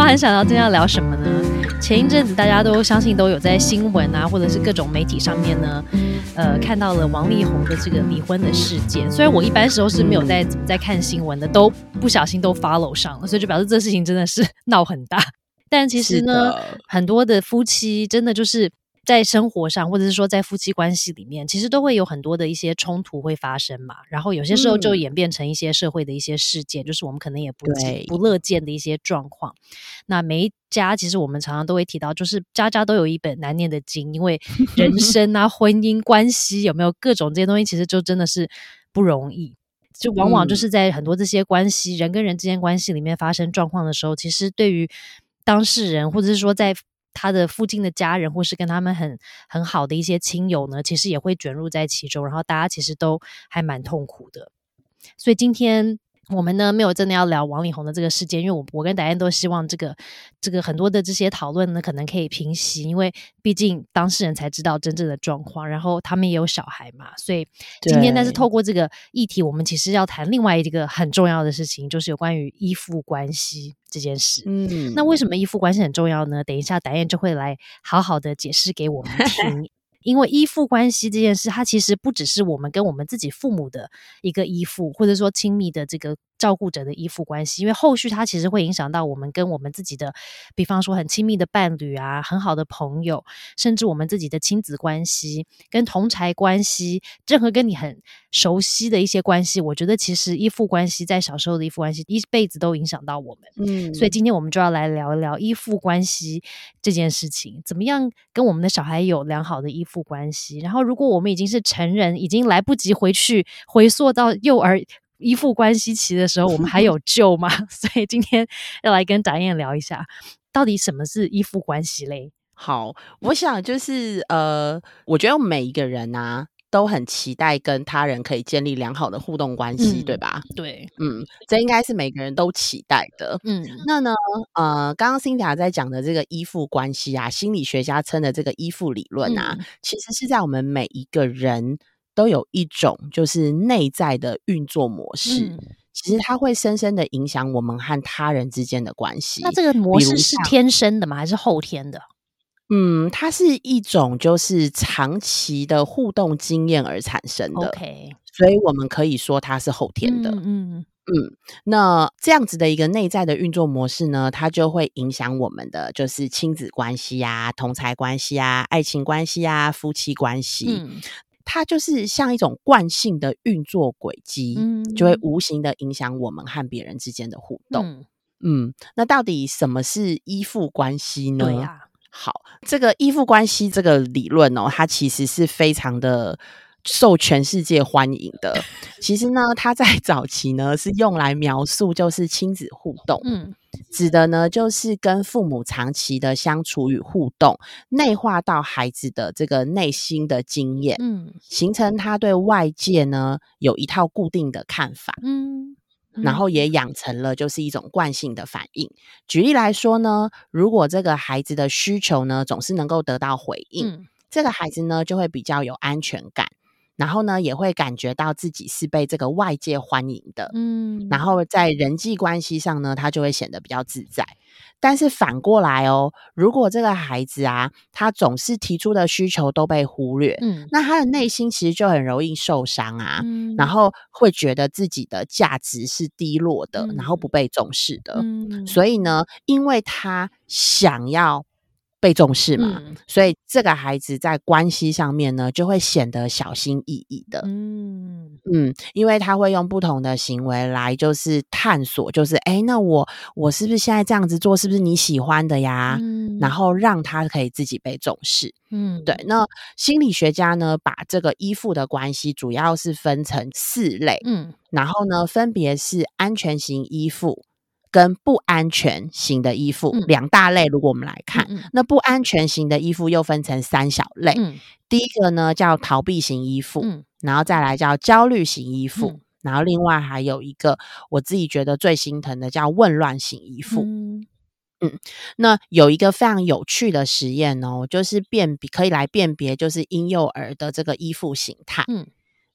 花很想要今天要聊什么呢？前一阵子大家都相信都有在新闻啊，或者是各种媒体上面呢，看到了王力宏的这个离婚的事件。虽然我一般时候是没有在看新闻的，都不小心都 follow 上了，所以就表示这事情真的是闹很大。但其实呢，很多的夫妻真的就是在生活上，或者是说在夫妻关系里面，其实都会有很多的一些冲突会发生嘛。然后有些时候就演变成一些社会的一些事件，就是我们可能也不乐见的一些状况。那每一家其实我们常常都会提到，就是家家都有一本难念的经，因为人生啊、婚姻关系有没有各种这些东西，其实就真的是不容易。就往往就是在很多这些关系，人跟人之间关系里面发生状况的时候，其实对于当事人，或者是说在他的附近的家人，或是跟他们很好的一些亲友呢，其实也会卷入在其中，然后大家其实都还蛮痛苦的。所以今天我们呢没有真的要聊王力宏的这个事件，因为我跟Diane都希望这个很多的这些讨论呢可能可以平息，因为毕竟当事人才知道真正的状况，然后他们也有小孩嘛，所以今天但是透过这个议题，我们其实要谈另外一个很重要的事情，就是有关于依附关系这件事。那为什么依附关系很重要呢？等一下Diane就会来好好的解释给我们听。因为依附关系这件事，它其实不只是我们跟我们自己父母的一个依附，或者说亲密的这个照顾者的依附关系，因为后续它其实会影响到我们跟我们自己的，比方说很亲密的伴侣啊，很好的朋友，甚至我们自己的亲子关系，跟同侪关系，任何跟你很熟悉的一些关系，我觉得其实依附关系在小时候的依附关系一辈子都影响到我们。所以今天我们就要来聊一聊依附关系这件事情，怎么样跟我们的小孩有良好的依附关系，然后如果我们已经是成人，已经来不及回溯到幼儿依附关系期的时候，我们还有救吗？所以今天要来跟Diane聊一下，到底什么是依附关系嘞？ 好，我想就是我觉得每一个人啊都很期待跟他人可以建立良好的互动关系，对吧？ 对， 这应该是每个人都期待的。那呢，刚刚 Cynthia 在讲的这个依附关系啊，心理学家称的这个依附理论啊，其实是在我们每一个人都有一种就是内在的运作模式。其实它会深深的影响我们和他人之间的关系。 那这个模式是天生的吗？还是后天的？ 它是一种就是长期的互动经验而产生的。所以我们可以说它是后天的。那这样子的一个内在的运作模式呢，它就会影响我们的就是亲子关系啊、同侪关系啊、爱情关系啊、夫妻关系。它就是像一种惯性的运作轨迹，就会无形的影响我们和别人之间的互动。那到底什么是依附关系呢？ 对啊， 好，这个依附关系这个理论哦，它其实是非常的受全世界欢迎的。其实呢，它在早期呢是用来描述就是亲子互动，指的呢就是跟父母长期的相处与互动，内化到孩子的这个内心的经验，形成他对外界呢有一套固定的看法。然后也养成了就是一种惯性的反应。举例来说呢，如果这个孩子的需求呢总是能够得到回应，这个孩子呢就会比较有安全感，然后呢也会感觉到自己是被这个外界欢迎的。然后在人际关系上呢，他就会显得比较自在。但是反过来哦，如果这个孩子啊，他总是提出的需求都被忽略，那他的内心其实就很容易受伤啊，然后会觉得自己的价值是低落的，然后不被重视的。所以呢，因为他想要被重视嘛，所以这个孩子在关系上面呢，就会显得小心翼翼的。因为他会用不同的行为来就是探索，就是那我是不是现在这样子做是不是你喜欢的呀？然后让他可以自己被重视。对，那心理学家呢把这个依附的关系主要是分成4类，然后呢分别是安全型依附跟不安全型的依附，2大类。如果我们来看，那不安全型的依附又分成3小类。第一个呢叫逃避型依附，然后再来叫焦虑型依附，然后另外还有一个我自己觉得最心疼的叫混乱型依附。那有一个非常有趣的实验哦，就是可以来辨别就是婴幼儿的这个依附形态。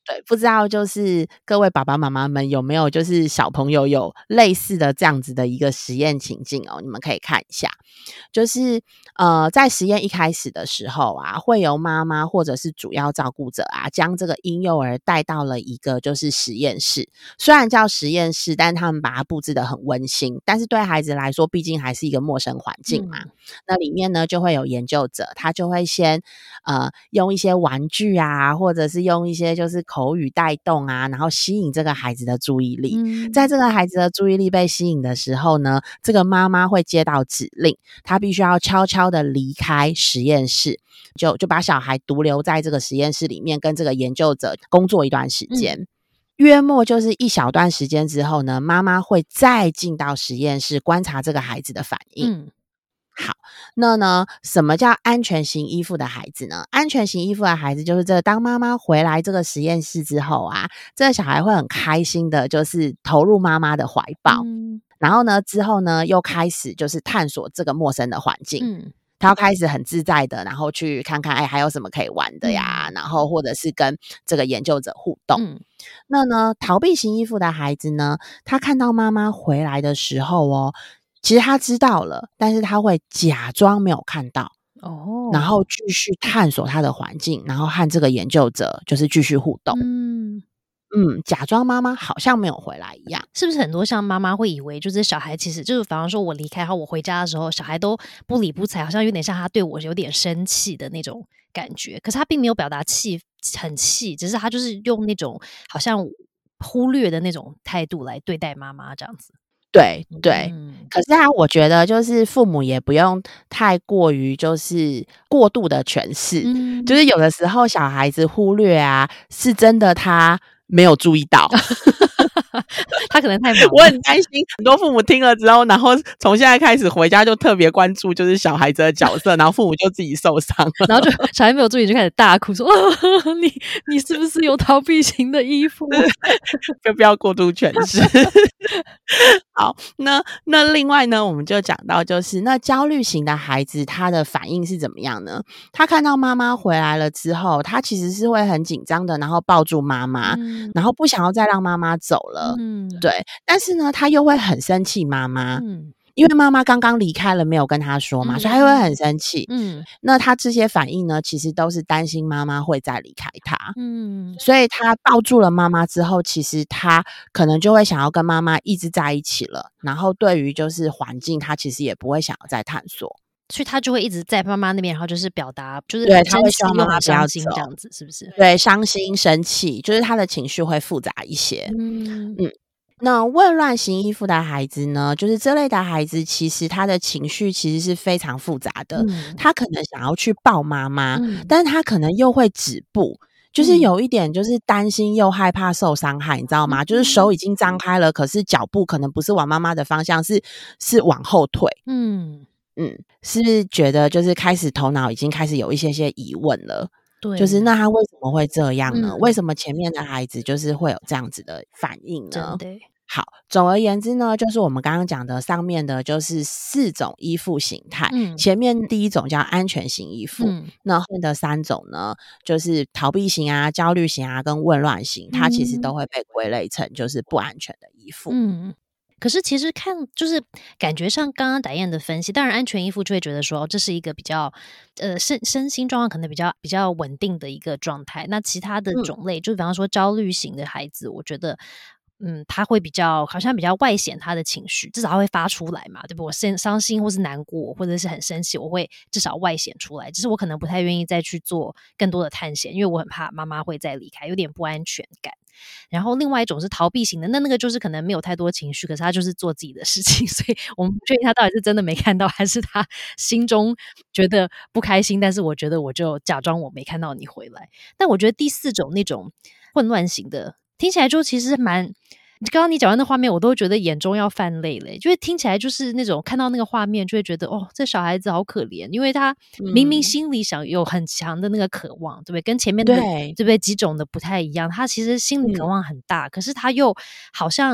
对，不知道就是各位爸爸妈妈们有没有就是小朋友有类似的这样子的一个实验情境哦，你们可以看一下。就是在实验一开始的时候啊，会由妈妈或者是主要照顾者啊，将这个婴幼儿带到了一个就是实验室。虽然叫实验室，但他们把它布置得很温馨，但是对孩子来说毕竟还是一个陌生环境嘛。那里面呢就会有研究者，他就会先用一些玩具啊，或者是用一些就是口语带动啊，然后吸引这个孩子的注意力。在这个孩子的注意力被吸引的时候呢，这个妈妈会接到指令，她必须要悄悄的离开实验室，就把小孩独留在这个实验室里面，跟这个研究者工作一段时间。约莫就是一小段时间之后呢，妈妈会再进到实验室观察这个孩子的反应。好，那呢，什么叫安全型依附的孩子呢？安全型依附的孩子就是当妈妈回来这个实验室之后啊，这个小孩会很开心的，就是投入妈妈的怀抱。然后呢，之后呢，又开始就是探索这个陌生的环境。他要开始很自在的，然后去看看，还有什么可以玩的呀？然后或者是跟这个研究者互动。那呢，逃避型依附的孩子呢，他看到妈妈回来的时候哦，其实他知道了，但是他会假装没有看到。然后继续探索他的环境，然后和这个研究者就是继续互动。假装妈妈好像没有回来一样。 是不是很多像妈妈会以为就是小孩其实就是比方说我离开后我回家的时候小孩都不理不睬，好像有点像他对我有点生气的那种感觉，可是他并没有表达很气，只是他就是用那种好像忽略的那种态度来对待妈妈这样子。 对对，可是我觉得就是父母也不用太过于就是过度的诠释。就是有的时候小孩子忽略啊，是真的他没有注意到。 他可能太忙了。 我很担心很多父母听了之后，然后从现在开始回家就特别关注就是小孩子的角色，然后父母就自己受伤了。 然后就小孩没有注意就开始大哭说你是不是有逃避型的依附？ 就不要过度诠释。好，那另外呢，我们就讲到就是那焦虑型的孩子他的反应是怎么样呢？他看到妈妈回来了之后，他其实是会很紧张的，然后抱住妈妈，然后不想要再让妈妈走了。对，但是呢他又会很生气妈妈。因为妈妈刚刚离开了没有跟他说嘛，所以他会很生气。那他这些反应呢，其实都是担心妈妈会再离开他。所以他抱住了妈妈之后，其实他可能就会想要跟妈妈一直在一起了，然后对于就是环境他其实也不会想要再探索， 所以他就会一直在妈妈那边，然后就是表达就是对，他会希望妈妈不要走这样子，是不是？ 对，伤心生气，就是他的情绪会复杂一些。那混乱型依附的孩子呢，就是这类的孩子其实他的情绪其实是非常复杂的。他可能想要去抱妈妈，但是他可能又会止步，就是有一点就是担心又害怕受伤害，你知道吗？就是手已经张开了，可是脚步可能不是往妈妈的方向，是往后退。是觉得就是开始头脑已经开始有一些疑问了。对，就是那他为什么会这样呢？为什么前面的孩子就是会有这样子的反应呢？好，总而言之呢，就是我们刚刚讲的上面的就是4种依附形态。前面第一种叫安全型依附，那后面的3种呢，就是逃避型啊、焦虑型啊跟混乱型，它其实都会被归类成就是不安全的依附。 可是其实就是感觉上刚刚Diane的分析，当然安全依附就会觉得说这是一个比较身心状况可能比较稳定的一个状态。那其他的种类，就比方说焦虑型的孩子，我觉得他会好像比较外显他的情绪，至少他会发出来嘛，对不？我伤心或是难过或者是很生气，我会至少外显出来，只是我可能不太愿意再去做更多的探险，因为我很怕妈妈会再离开，有点不安全感。然后另外一种是逃避型的，那个就是可能没有太多情绪，可是他就是做自己的事情，所以我们不确定他到底是真的没看到，还是他心中觉得不开心，但是我觉得我就假装我没看到你回来。但我觉得第4种那种混乱型的听起来就其实蛮，刚刚你讲完那画面我都觉得眼中要泛泪了，就是听起来就是那种看到那个画面就会觉得这小孩子好可怜，因为他明明心里想有很强的那个渴望，对不对？跟前面的对不对几种的不太一样，他其实心里渴望很大，可是他又好像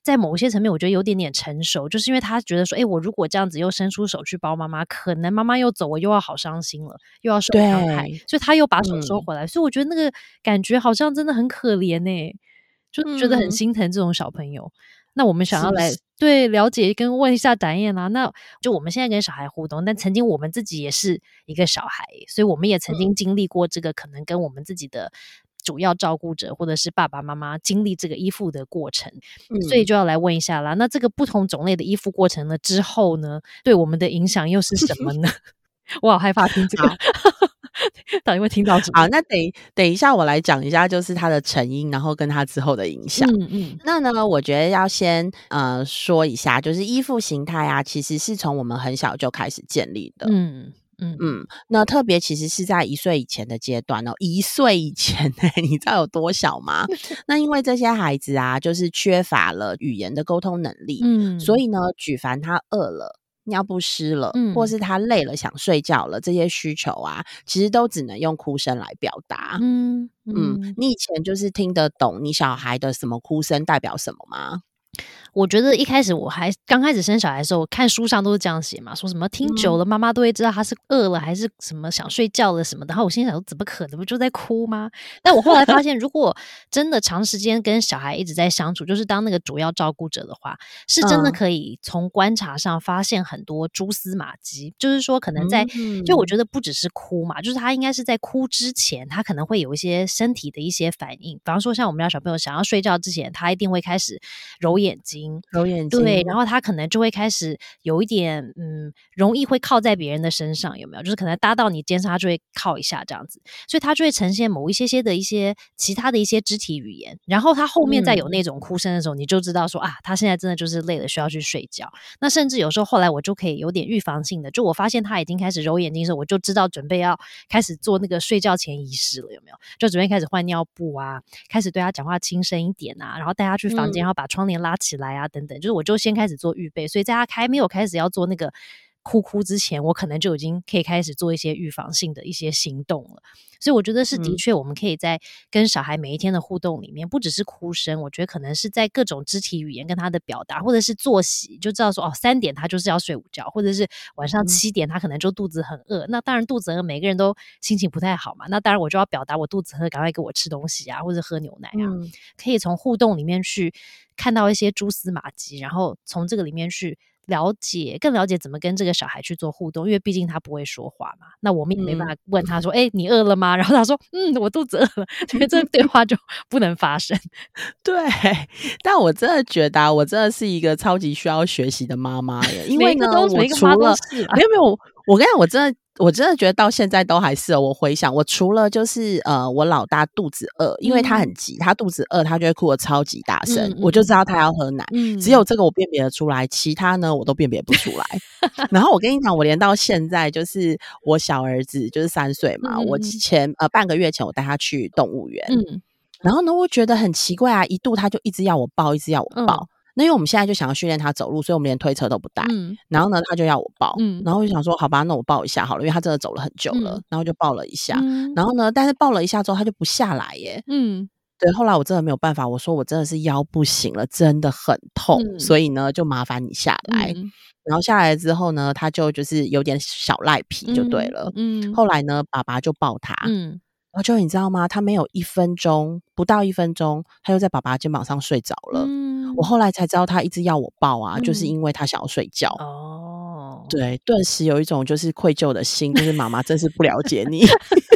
在某些层面我觉得有点点成熟，就是因为他觉得说我如果这样子又伸出手去抱妈妈，可能妈妈又走，我又要好伤心了，又要受伤害，所以他又把手收回来，所以我觉得那个感觉好像真的很可怜欸，就觉得很心疼这种小朋友。那我们想要来对了解跟问一下展燕啊，那就我们现在跟小孩互动，但曾经我们自己也是一个小孩，所以我们也曾经经历过这个可能跟我们自己的主要照顾者或者是爸爸妈妈经历这个依附的过程，所以就要来问一下啦，那这个不同种类的依附过程呢之后呢，对我们的影响又是什么呢？我好害怕听这个到底会听到什么？ 好，那等一下我来讲一下就是它的成因，然后跟它之后的影响。那呢我觉得要先说一下，就是依附形态啊其实是从我们很小就开始建立的。那特别其实是在1岁以前的阶段哦，1岁以前你知道有多小吗？那因为这些孩子啊就是缺乏了语言的沟通能力，所以呢举凡他饿了尿不湿了，或是他累了想睡觉了，这些需求啊其实都只能用哭声来表达。你以前就是听得懂你小孩的什么哭声代表什么吗？ 我觉得一开始我还刚开始生小孩的时候，我看书上都是这样写嘛，说什么听久了妈妈都会知道他是饿了还是什么想睡觉了什么的，然后我心想说怎么可能，不就在哭吗？但我后来发现如果真的长时间跟小孩一直在相处，就是当那个主要照顾者的话，是真的可以从观察上发现很多蛛丝马迹，就是说可能在就我觉得不只是哭嘛，就是他应该是在哭之前他可能会有一些身体的一些反应，比方说像我们家小朋友想要睡觉之前，他一定会开始揉眼睛，对，然后他可能就会开始有一点容易会靠在别人的身上，有没有？就是可能搭到你肩上他就会靠一下这样子，所以他就会呈现某一些的一些其他的一些肢体语言，然后他后面再有那种哭声的时候，你就知道说啊他现在真的就是累了需要去睡觉。那甚至有时候后来我就可以有点预防性的，就我发现他已经开始揉眼睛的时候，我就知道准备要开始做那个睡觉前仪式了，有没有？就准备开始换尿布啊，开始对他讲话轻声一点啊，然后带他去房间，然后把窗帘拉起来啊等等，就是我就先开始做预备，所以在他还没有开始要做那个哭之前，我可能就已经可以开始做一些预防性的一些行动了。所以我觉得是的确我们可以在跟小孩每一天的互动里面，不只是哭声，我觉得可能是在各种肢体语言跟他的表达，或者是作息，就知道说3点他就是要睡午觉，或者是晚上7点他可能就肚子很饿，那当然肚子饿每个人都心情不太好嘛，那当然我就要表达我肚子饿，赶快给我吃东西啊，或者喝牛奶啊，可以从互动里面去看到一些蛛丝马迹，然后从这个里面去更了解怎么跟这个小孩去做互动，因为毕竟他不会说话嘛，那我们也没办法问他说你饿了吗？然后他说我肚子饿了，因为这对话就不能发生。 对，但我真的觉得我真的是一个超级需要学习的妈妈耶，因为呢我除了没有我跟你讲我真的觉得到现在都还是我回想我除了就是我老大肚子饿，因为他很急，他肚子饿他就会哭得超级大声，我就知道他要喝奶，只有这个我辨别得出来，其他呢我都辨别不出来。然后我跟你讲我连到现在就是我小儿子就是3岁嘛，我半个月前我带他去动物园，然后呢我觉得很奇怪啊，一度他就一直要我抱一直要我抱，那因为我们现在就想要训练他走路，所以我们连推车都不带，然后呢他就要我抱，然后我就想说好吧那我抱一下好了，因为他真的走了很久了，然后就抱了一下，然后呢但是抱了一下之后他就不下来耶，对，后来我真的没有办法，我说我真的是腰不行了，真的很痛，所以呢就麻烦你下来，然后下来之后呢他就是有点小赖皮就对了，后来呢爸爸就抱他，然后就你知道吗？他没有不到1分钟，他又在爸爸肩膀上睡着了。我后来才知道他一直要我抱啊，就是因为他想要睡觉。哦，对，顿时有一种就是愧疚的心，就是妈妈真是不了解你。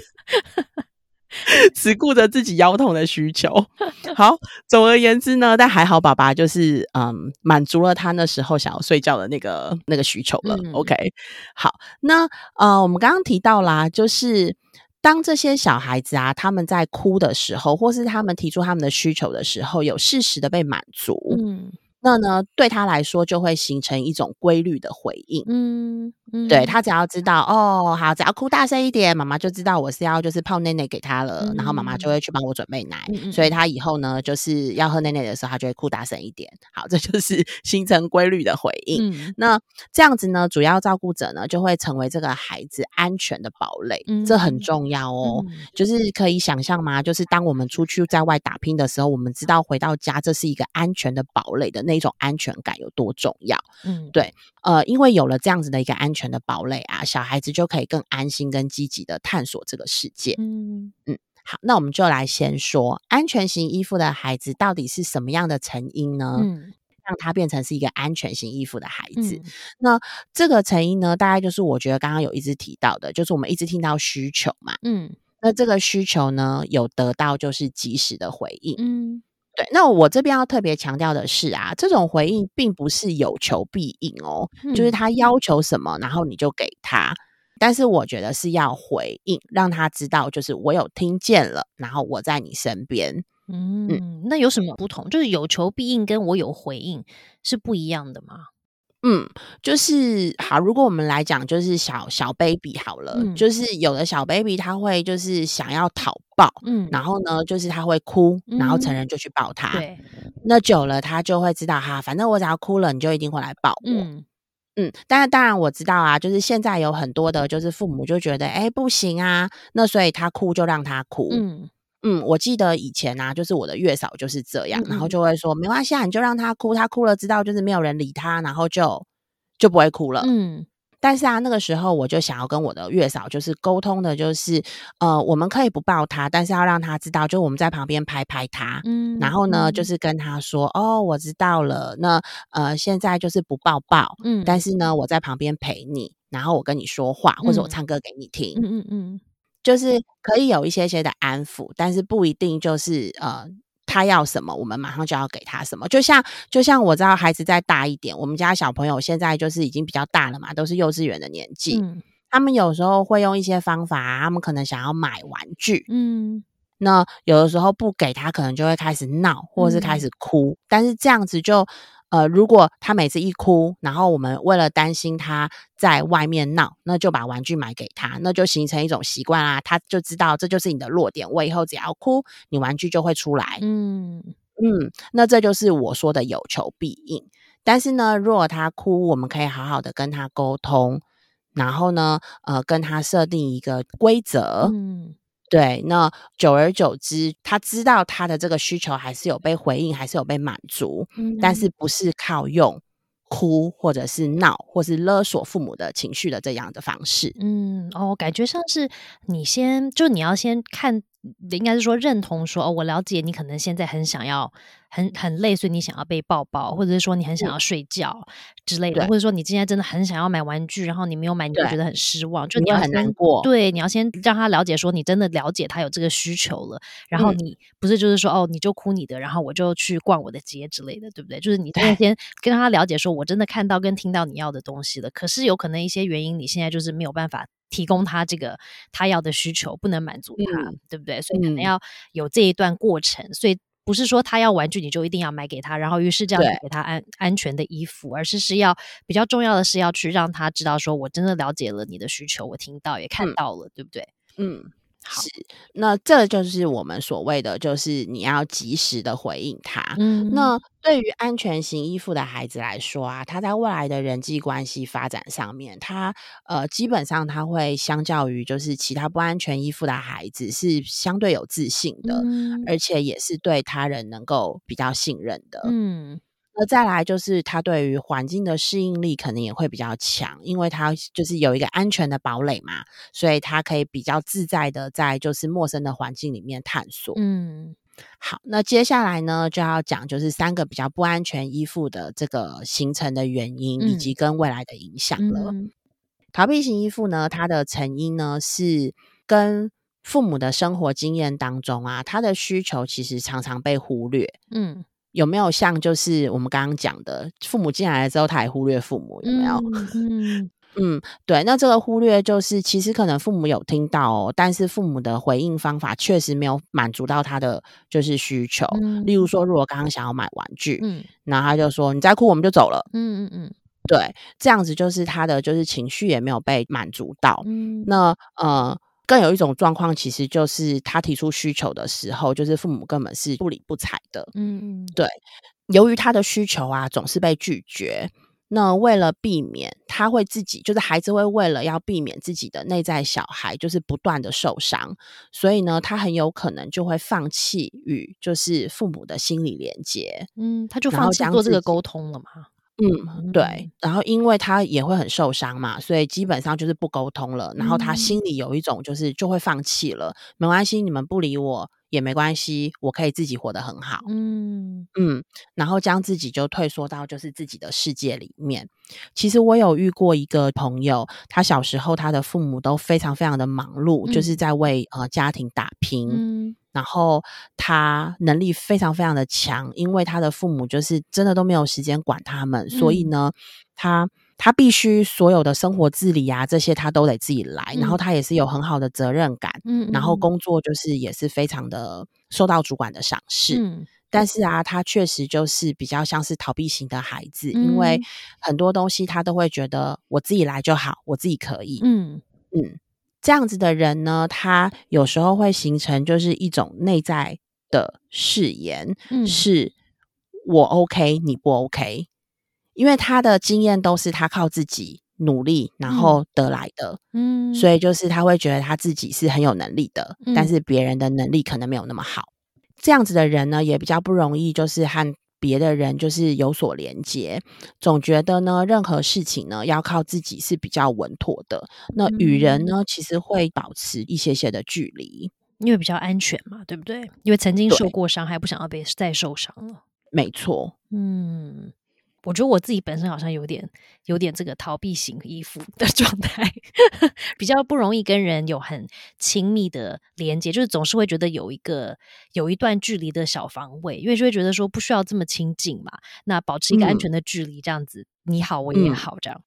只顾着自己腰痛的需求。好，总而言之呢，但还好爸爸就是满足了他那时候想要睡觉的那个需求了。OK， 好，那我们刚刚提到啦，就是当这些小孩子啊，他们在哭的时候，或是他们提出他们的需求的时候，有适时的被满足，那呢，对他来说就会形成一种规律的回应。 对，他只要知道哦，好，只要哭大声一点，妈妈就知道我是要就是泡奶奶给他了，然后妈妈就会去帮我准备奶，所以他以后呢就是要喝奶奶的时候，他就会哭大声一点。好，这就是形成规律的回应。那这样子呢，主要照顾者呢就会成为这个孩子安全的堡垒，这很重要哦。就是可以想象吗？就是当我们出去在外打拼的时候，我们知道回到家这是一个安全的堡垒的那种安全感有多重要。对，因为有了这样子的一个安全的堡垒啊，小孩子就可以更安心跟积极的探索这个世界。好，那我们就来先说安全型依附的孩子到底是什么样的成因呢？让他变成是一个安全型依附的孩子。那这个成因呢，大概就是我觉得刚刚有一直提到的，就是我们一直听到需求嘛。那这个需求呢，有得到就是及时的回应。对，那我这边要特别强调的是啊，这种回应并不是有求必应哦，就是他要求什么，然后你就给他。但是我觉得是要回应，让他知道就是我有听见了，然后我在你身边。 那有什么不同？就是有求必应跟我有回应是不一样的吗？ 就是好，如果我们来讲就是小 baby 好了，就是有的小 baby 他会就是想要讨抱，然后呢就是他会哭，然后成人就去抱他。对，那久了他就会知道哈，反正我只要哭了你就一定会来抱我。但是当然我知道啊，就是现在有很多的就是父母就觉得不行啊，那所以他哭就让他哭。我记得以前啊，就是我的月嫂就是这样，然后就会说没关系啊，你就让他哭，他哭了知道就是没有人理他，然后就不会哭了。但是啊，那个时候我就想要跟我的月嫂就是沟通的，就是我们可以不抱他，但是要让他知道，就我们在旁边拍拍他，然后呢，就是跟他说哦，我知道了，那现在就是不抱抱，但是呢，我在旁边陪你，然后我跟你说话，或者我唱歌给你听。就是可以有一些的安抚，但是不一定就是他要什么我们马上就要给他什么。就像我知道孩子再大一点，我们家小朋友现在就是已经比较大了嘛，都是幼稚园的年纪，他们有时候会用一些方法，他们可能想要买玩具，那有的时候不给他可能就会开始闹或者是开始哭，但是这样子就如果他每次一哭，然后我们为了担心他在外面闹，那就把玩具买给他，那就形成一种习惯啦，他就知道这就是你的弱点，我以后只要哭，你玩具就会出来。那这就是我说的有求必应。但是呢，如果他哭，我们可以好好的跟他沟通，然后呢跟他设定一个规则。对，那久而久之，他知道他的这个需求还是有被回应，还是有被满足，但是不是靠用哭或者是闹或是勒索父母的情绪的这样的方式。 感觉上是你要先看，应该是说认同说我了解你可能现在很想要很累，所以你想要被抱抱，或者是说你很想要睡觉之类的，或者说你今天真的很想要买玩具，然后你没有买，你就觉得很失望，就你要很难过。 对，你要先让他了解说你真的了解他有这个需求了，然后你不是就是说你就哭你的，然后我就去逛我的街之类的，对不对？就是你先跟他了解说我真的看到跟听到你要的东西了，可是有可能一些原因你现在就是没有办法提供他这个他要的需求，不能满足他，对不对？所以可能要有这一段过程，所以不是说他要玩具你就一定要买给他，然后于是这样给他安全的依附，而是要比较重要的是要去让他知道说我真的了解了你的需求，我听到也看到了，对不对？好， 是，那这就是我们所谓的就是你要及时的回应他。那对于安全型依附的孩子来说啊，他在未来的人际关系发展上面，他基本上他会相较于就是其他不安全依附的孩子是相对有自信的，而且也是对他人能够比较信任的。那再来就是他对于环境的适应力可能也会比较强，因为他就是有一个安全的堡垒嘛，所以他可以比较自在的在就是陌生的环境里面探索。好，那接下来呢就要讲就是3个比较不安全依附的这个形成的原因，以及跟未来的影响了。逃避型依附呢，它的成因呢是跟父母的生活经验当中啊，他的需求其实常常被忽略。有没有像就是我们刚刚讲的，父母进来了之后他还忽略父母，有没有？对，那这个忽略就是其实可能父母有听到哦，但是父母的回应方法确实没有满足到他的就是需求。例如说如果刚刚想要买玩具，然后他就说你再哭我们就走了。 对，这样子就是他的就是情绪也没有被满足到。 嗯那更有一种状况，其实就是他提出需求的时候，就是父母根本是不理不睬的。 嗯对，由于他的需求啊总是被拒绝，那为了避免他会自己就是孩子会为了要避免自己的内在小孩就是不断的受伤，所以呢他很有可能就会放弃与就是父母的心理连接， 他就然后放弃做这将自己个沟通了嘛。 对，然后因为他也会很受伤嘛，所以基本上就是不沟通了，然后他心里有一种就是就会放弃了，没关系，你们不理我也没关系，我可以自己活得很好。然后将自己就退缩到就是自己的世界里面。其实我有遇过一个朋友，他小时候他的父母都非常非常的忙碌，就是在为家庭打拼。然后他能力非常非常的强，因为他的父母就是真的都没有时间管他们，所以呢他必须所有的生活自理啊这些他都得自己来，然后他也是有很好的责任感，然后工作就是也是非常的受到主管的赏识。但是啊他确实就是比较像是逃避型的孩子，因为很多东西他都会觉得我自己来就好，我自己可以。这样子的人呢，他有时候会形成就是一种内在的誓言，是我 OK 你不 OK， 因为他的经验都是他靠自己努力然后得来的，所以就是他会觉得他自己是很有能力的，但是别人的能力可能没有那么好。这样子的人呢，也比较不容易就是和别的人就是有所连结，总觉得呢任何事情呢要靠自己是比较稳妥的，那与人呢其实会保持一些些的距离， 因为比较安全嘛，对不对？因为曾经受过伤害，不想要被再受伤了。 没错。 我觉得我自己本身好像有点这个逃避型依附的状态比较不容易跟人有很亲密的连接，就是总是会觉得有一段距离的小防卫，因为就会觉得说不需要这么亲近嘛，那保持一个安全的距离，这样子你好我也好这样。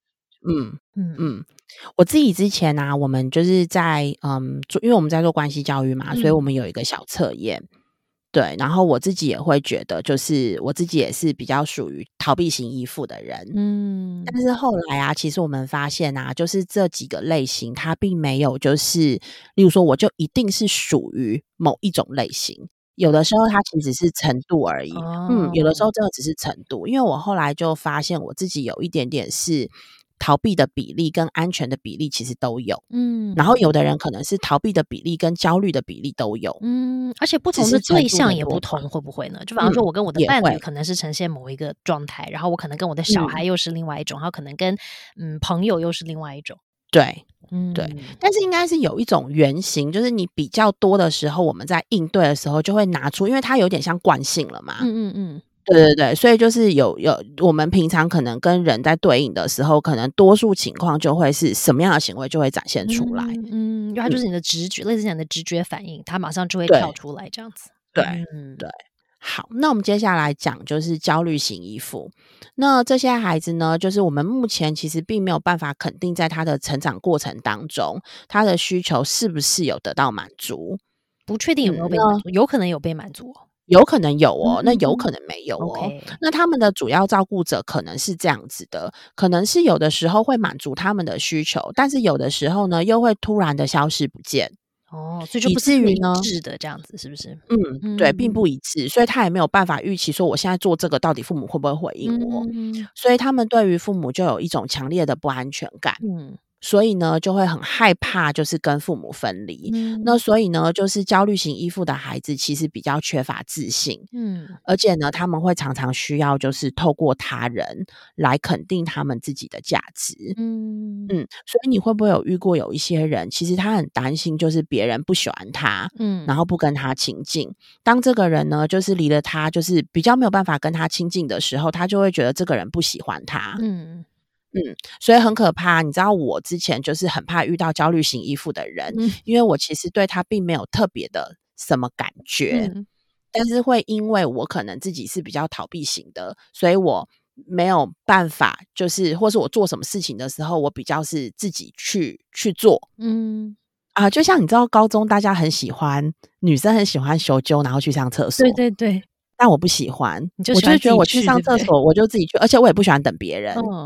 我自己之前啊，我们就是在因为我们在做关系教育嘛，所以我们有一个小测验。对，然后我自己也会觉得就是我自己也是比较属于逃避型依附的人。但是后来啊，其实我们发现啊，就是这几个类型它并没有就是例如说我就一定是属于某一种类型，有的时候它其实是程度而已。有的时候真的只是程度，因为我后来就发现我自己有一点点是逃避的比例跟安全的比例其实都有。然后有的人可能是逃避的比例跟焦虑的比例都有。 而且不同的对象也不同，会不会呢？就比方说我跟我的伴侣可能是呈现某一个状态，然后我可能跟我的小孩又是另外一种，然后可能跟朋友又是另外一种。 对对，但是应该是有一种原型，就是你比较多的时候，我们在应对的时候就会拿出，因为它有点像惯性了嘛。对，所以就是有我们平常可能跟人在对应的时候，可能多数情况就会是什么样的行为就会展现出来。 因为它就是你的直觉，类似讲你的直觉反应，它马上就会跳出来这样子。 对。好，那我们接下来讲就是焦虑型依附。那这些孩子呢，就是我们目前其实并没有办法肯定在他的成长过程当中，他的需求是不是有得到满足， 不确定有没有被满足，有可能有被满足哦。 有可能有哦，那有可能没有哦。那他们的主要照顾者可能是这样子的，可能是有的时候会满足他们的需求，但是有的时候呢又会突然的消失不见。 所以就不是一致的这样子，是不是？ 对，并不一致，所以他也没有办法预期说我现在做这个到底父母会不会回应我。所以他们对于父母就有一种强烈的不安全感。所以呢就会很害怕就是跟父母分离。那所以呢就是焦虑型依附的孩子其实比较缺乏自信。而且呢他们会常常需要就是透过他人来肯定他们自己的价值。所以你会不会有遇过有一些人其实他很担心就是别人不喜欢他，然后不跟他亲近，当这个人呢就是离了他就是比较没有办法跟他亲近的时候，他就会觉得这个人不喜欢他。所以很可怕。你知道我之前就是很怕遇到焦虑型依附的人，因为我其实对他并没有特别的什么感觉，但是会因为我可能自己是比较逃避型的，所以我没有办法就是或是我做什么事情的时候，我比较是自己去做。就像你知道高中大家很喜欢女生很喜欢修究然后去上厕所。 对， 但我不喜欢， 我就觉得我去上厕所我就自己去，而且我也不喜欢等别人。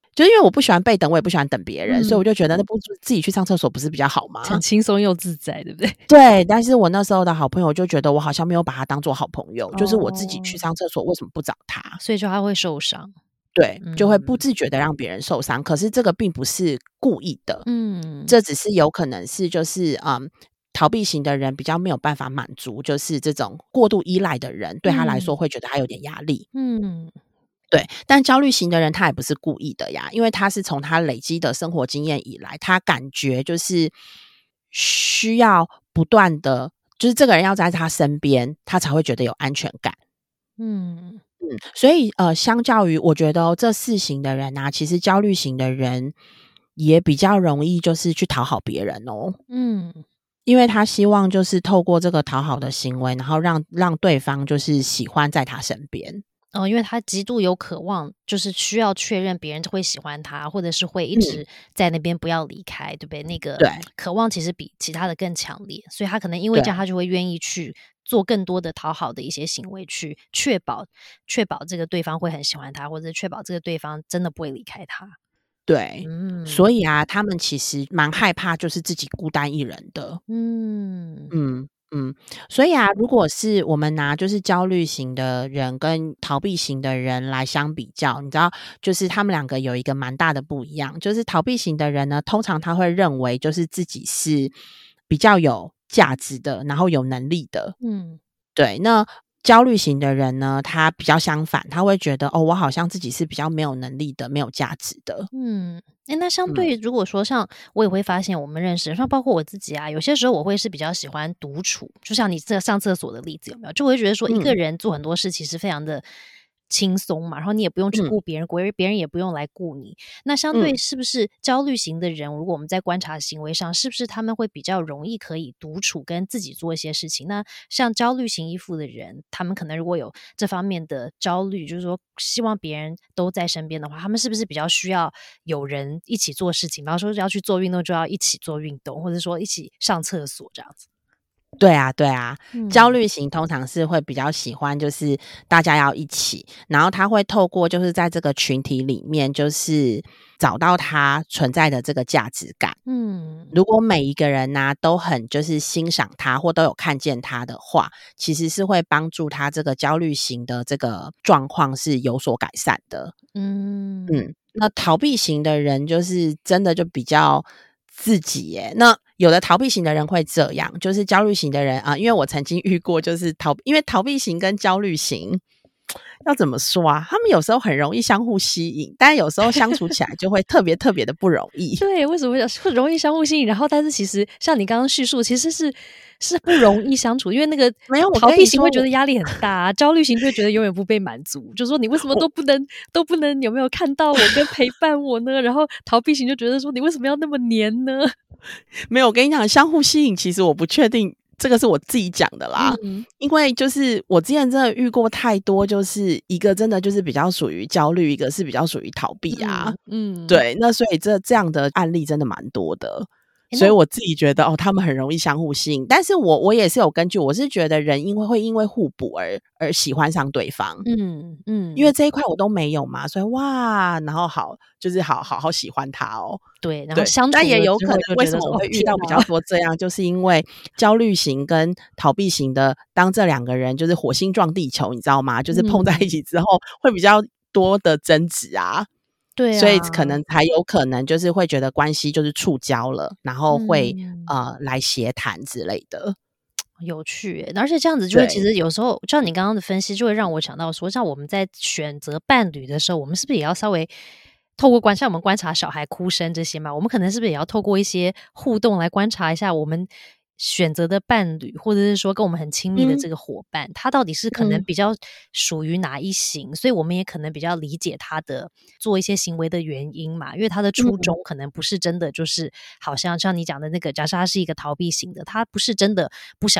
就是因为我不喜欢被等，我也不喜欢等别人，所以我嗯， 就觉得那不自己去上厕所不是比较好吗？ 很轻松又自在，对不对？ 对，但是我那时候的好朋友就觉得我好像没有把他当做好朋友，就是我自己去哦， 上厕所为什么不找他？ 所以就他会受伤。 对，就会不嗯自觉的让别人受伤，可是这个并不是故意的， 嗯这只是有可能是就是逃避型的人比较没有办法满足，就是这种过度依赖的人，对他来说嗯会觉得他有点压力。 嗯对，但焦虑型的人他也不是故意的呀，因为他是从他累积的生活经验以来，他感觉就是需要不断的，就是这个人要在他身边，他才会觉得有安全感。 嗯所以相较于我觉得这四型的人啊，其实焦虑型的人也比较容易就是去讨好别人哦。 嗯因为他希望就是透过这个讨好的行为，然后让对方就是喜欢在他身边。 因为他极度有渴望，就是需要确认别人会喜欢他，或者是会一嗯， 直在那边不要离开，对不对？那个对渴望其实比其他的更强烈，所以他可能因为这样， 对他就会愿意去做更多的讨好的一些行为，去确保这个对方会很喜欢他，或者确保这个对方真的不会离开他。 对，所嗯以啊，他们其实蛮害怕就是自己孤单一人的。 嗯嗯，所以啊，如果是我们拿就是焦虑型的人跟逃避型的人来相比较，你知道，就是他们两个有一个蛮大的不一样，就是逃避型的人呢，通常他会认为就是自己是比较有价值的，然后有能力的。 嗯对，那焦虑型的人呢，他比较相反，他会觉得哦，我好像自己是比较没有能力的，没有价值的。 嗯，那相嗯对如果说像我也会发现我们认识，像包括我自己啊，有些时候我会是比较喜欢独处，就像你这个上厕所的例子有没有？就我会觉得说一个嗯人做很多事其实非常的轻松嘛，然后你也不用去嗯顾别人，别人也不用来顾你。那相对嗯。 是不是焦虑型的人，如果我们在观察行为上，是不是他们会比较容易可以独处，跟自己做一些事情？那像焦虑型依附的人，他们可能如果有这方面的焦虑，就是说希望别人都在身边的话，他们是不是比较需要有人一起做事情？比方说要去做运动，就要一起做运动，或者说一起上厕所这样子。 对啊，对啊，焦嗯虑型通常是会比较喜欢，就是大家要一起，然后他会透过就是在这个群体里面，就是找到他存在的这个价值感。 嗯如果每一个人呢、都很就是欣赏他或都有看见他的话，其实是会帮助他这个焦虑型的这个状况是有所改善的。 嗯那逃避型的人就是真的就比较自己耶。那有的逃避型的人会这样，就是焦虑型的人啊，因为我曾经遇过，就是因为逃避型跟焦虑型要怎么说啊？他们有时候很容易相互吸引，但有时候相处起来就会特别特别的不容易。 对，为什么会容易相互吸引？然后，但是其实像你刚刚叙述，其实是不容易相处，因为那个没有，我逃避型跟你说， 会觉得压力很大啊，焦虑型就会觉得永远不被满足，就说你为什么都不能有没有看到我跟陪伴我呢？然后逃避型就觉得说你为什么要那么黏呢？ 没有，我跟你讲，相互吸引，其实我不确定这个是我自己讲的啦， 嗯因为就是我之前真的遇过太多，就是一个真的就是比较属于焦虑，一个是比较属于逃避啊。 嗯， 对，那所以这样的案例真的蛮多的。 诶那所以我自己觉得哦，他们很容易相互吸引，但是我也是有根据，我是觉得人因为互补而喜欢上对方，因为嗯， 这一块我都没有嘛，所以哇，然后就是好喜欢他哦。 对，然后对， 相处但也了之后有可能为什就觉得说，哦么我会遇到比天哪， 较多这样，就是因为焦虑型跟逃避型的，当这两个人就是火星撞地球，你知道吗？就是碰在一嗯， 起之后会比较多的争执啊。所以对啊， 可能才有可能就是会觉得关系就是触礁了，然后会嗯。 来协谈之类的。 有趣欸，而且这样子就会其对， 实有时候像你刚刚的分析，就会让我想到说，像我们在选择伴侣的时候，我们是不是也要稍微透过像我们观察小孩哭声这些嘛，我们可能是不是也要透过一些互动来观察一下我们选择的伴侣，或者是说跟我们很亲密的嗯这个伙伴，他到底是可能嗯比较属于哪一型，所以我们也可能比较理解他的做一些行为的原因嘛，因为他的初嗯衷可能不是真的就是好像你讲的那个，假设他是一个逃避型的，他不是真的不想要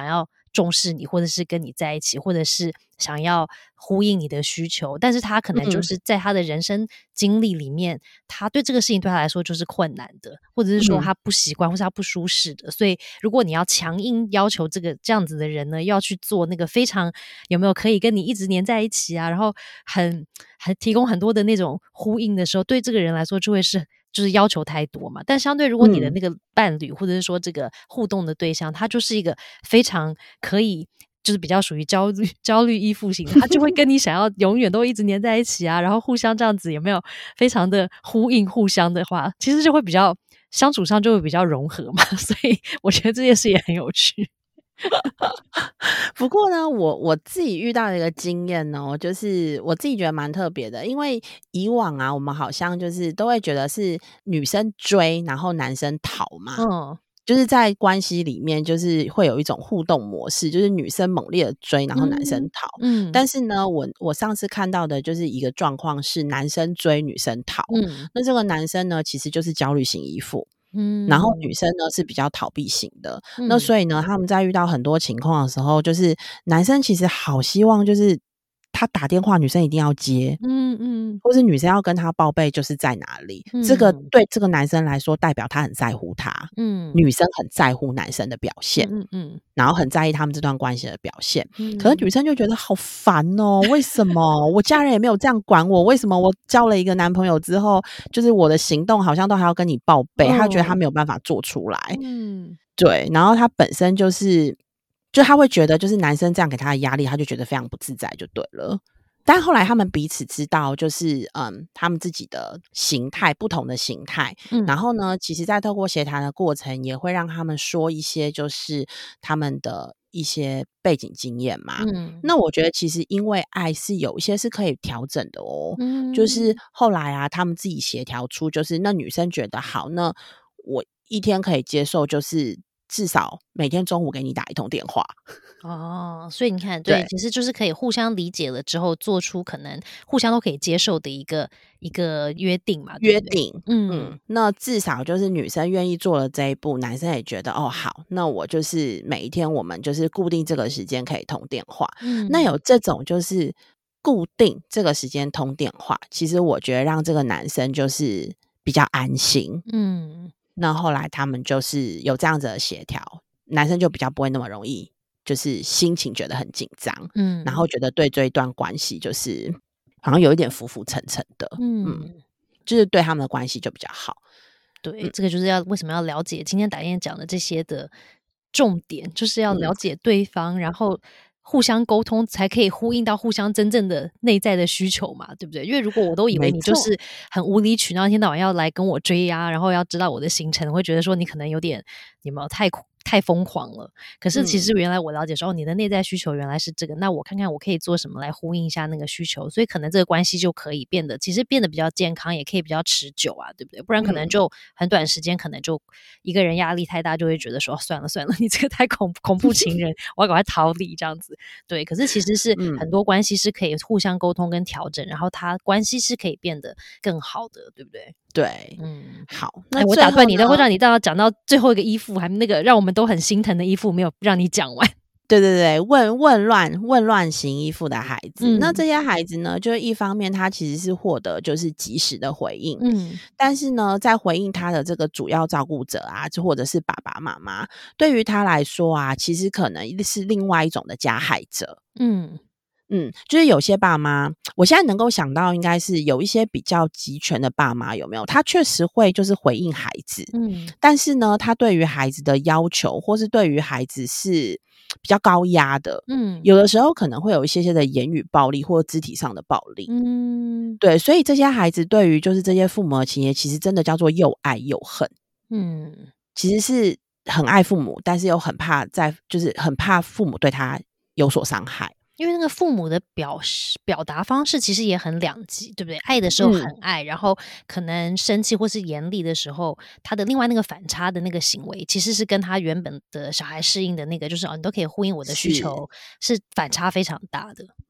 重视你，或者是跟你在一起，或者是想要呼应你的需求，但是他可能就是在他的人生经历里面，他对这个事情对他来说就是困难的，或者是说他不习惯，或是他不舒适的。所以如果你要强硬要求这样子的人呢，要去做那个非常有没有可以跟你一直黏在一起啊，然后很提供很多的那种呼应的时候，对这个人来说就会是就是要求太多嘛。但相对如果你的那个伴侣，或者是说这个互动的对象，他就是一个非常可以就是比较属于焦虑依附型的，他就会跟你想要永远都一直黏在一起啊，然后互相这样子有没有非常的呼应互相的话，其实就会比较相处上就会比较融合嘛。所以我觉得这件事也很有趣。 不过呢，我自己遇到的一个经验呢，就是我自己觉得蛮特别的，因为以往啊，我们好像就是都会觉得是女生追，然后男生逃嘛。就是在关系里面，就是会有一种互动模式，就是女生猛烈的追，然后男生逃。但是呢，我上次看到的就是一个状况是男生追，女生逃。那这个男生呢，其实就是焦虑型依附。然后女生呢是比较逃避型的。那所以呢，他们在遇到很多情况的时候，就是男生其实好希望就是他打电话女生一定要接，或是女生要跟他报备就是在哪里。这个对这个男生来说代表他很在乎他，女生很在乎男生的表现，然后很在意他们这段关系的表现。可是女生就觉得好烦哦，为什么我家人也没有这样管我，为什么我交了一个男朋友之后，就是我的行动好像都还要跟你报备，他觉得他没有办法做出来。对，然后他本身就他会觉得就是男生这样给他的压力，他就觉得非常不自在就对了。但后来他们彼此知道就是他们自己的形态，不同的形态。然后呢，其实在透过协谈的过程也会让他们说一些就是他们的一些背景经验嘛。那我觉得其实因为爱是有一些是可以调整的哦。就是后来啊，他们自己协调出就是那女生觉得好，那我一天可以接受就是至少每天中午给你打一通电话。 所以你看，对，其实就是可以互相理解了之后，做出可能互相都可以接受的一个约定嘛，对不对？ 约定。那至少就是女生愿意做了这一步，男生也觉得哦好，那我就是每一天我们就是固定这个时间可以通电话。那有这种就是固定这个时间通电话，其实我觉得让这个男生就是比较安心。那后来他们就是有这样子的协调，男生就比较不会那么容易就是心情觉得很紧张。然后觉得对这一段关系就是好像有一点浮浮沉沉的。就是对他们的关系就比较好。 对，这个就是为什么要了解今天打燕讲的这些的重点，就是要了解对方，然后互相沟通，才可以呼应到互相真正的内在的需求嘛，对不对？因为如果我都以为你就是很无理取闹，一天到晚要来跟我追啊，然后要知道我的行程，我会觉得说你可能有点有没有太疯狂了。可是其实原来我了解说，你的内在需求原来是这个，那我看看我可以做什么来呼应一下那个需求，所以可能这个关系就可以其实变得比较健康，也可以比较持久啊，对不对？不然可能就很短时间，可能就一个人压力太大，就会觉得说算了，你这个太恐怖情人，我要赶快逃离这样子。对，可是其实是很多关系是可以互相沟通跟调整，然后它关系是可以变得更好的，对不对？ 对。好，那我打断你，会让你讲到最后一个依附，还那个让我们都很心疼的依附没有让你讲完。 对，混乱型依附的孩子。那这些孩子呢，就是一方面他其实是获得就是及时的回应。但是呢，在回应他的这个主要照顾者啊，就或者是爸爸妈妈，对于他来说啊，其实可能是另外一种的加害者。就是有些爸妈，我现在能够想到应该是有一些比较集权的爸妈，有没有？他确实会就是回应孩子。但是呢，他对于孩子的要求，或是对于孩子是比较高压的。有的时候可能会有一些的言语暴力或肢体上的暴力。对，所以这些孩子对于就是这些父母的情节，其实真的叫做又爱又恨。其实是很爱父母，但是又很怕就是很怕父母对他有所伤害。 因为那个父母的表达方式其实也很两极，对不对？爱的时候很爱，然后可能生气或是严厉的时候，他的另外那个反差的那个行为，其实是跟他原本的小孩适应的那个，就是你都可以呼应我的需求，是反差非常大的。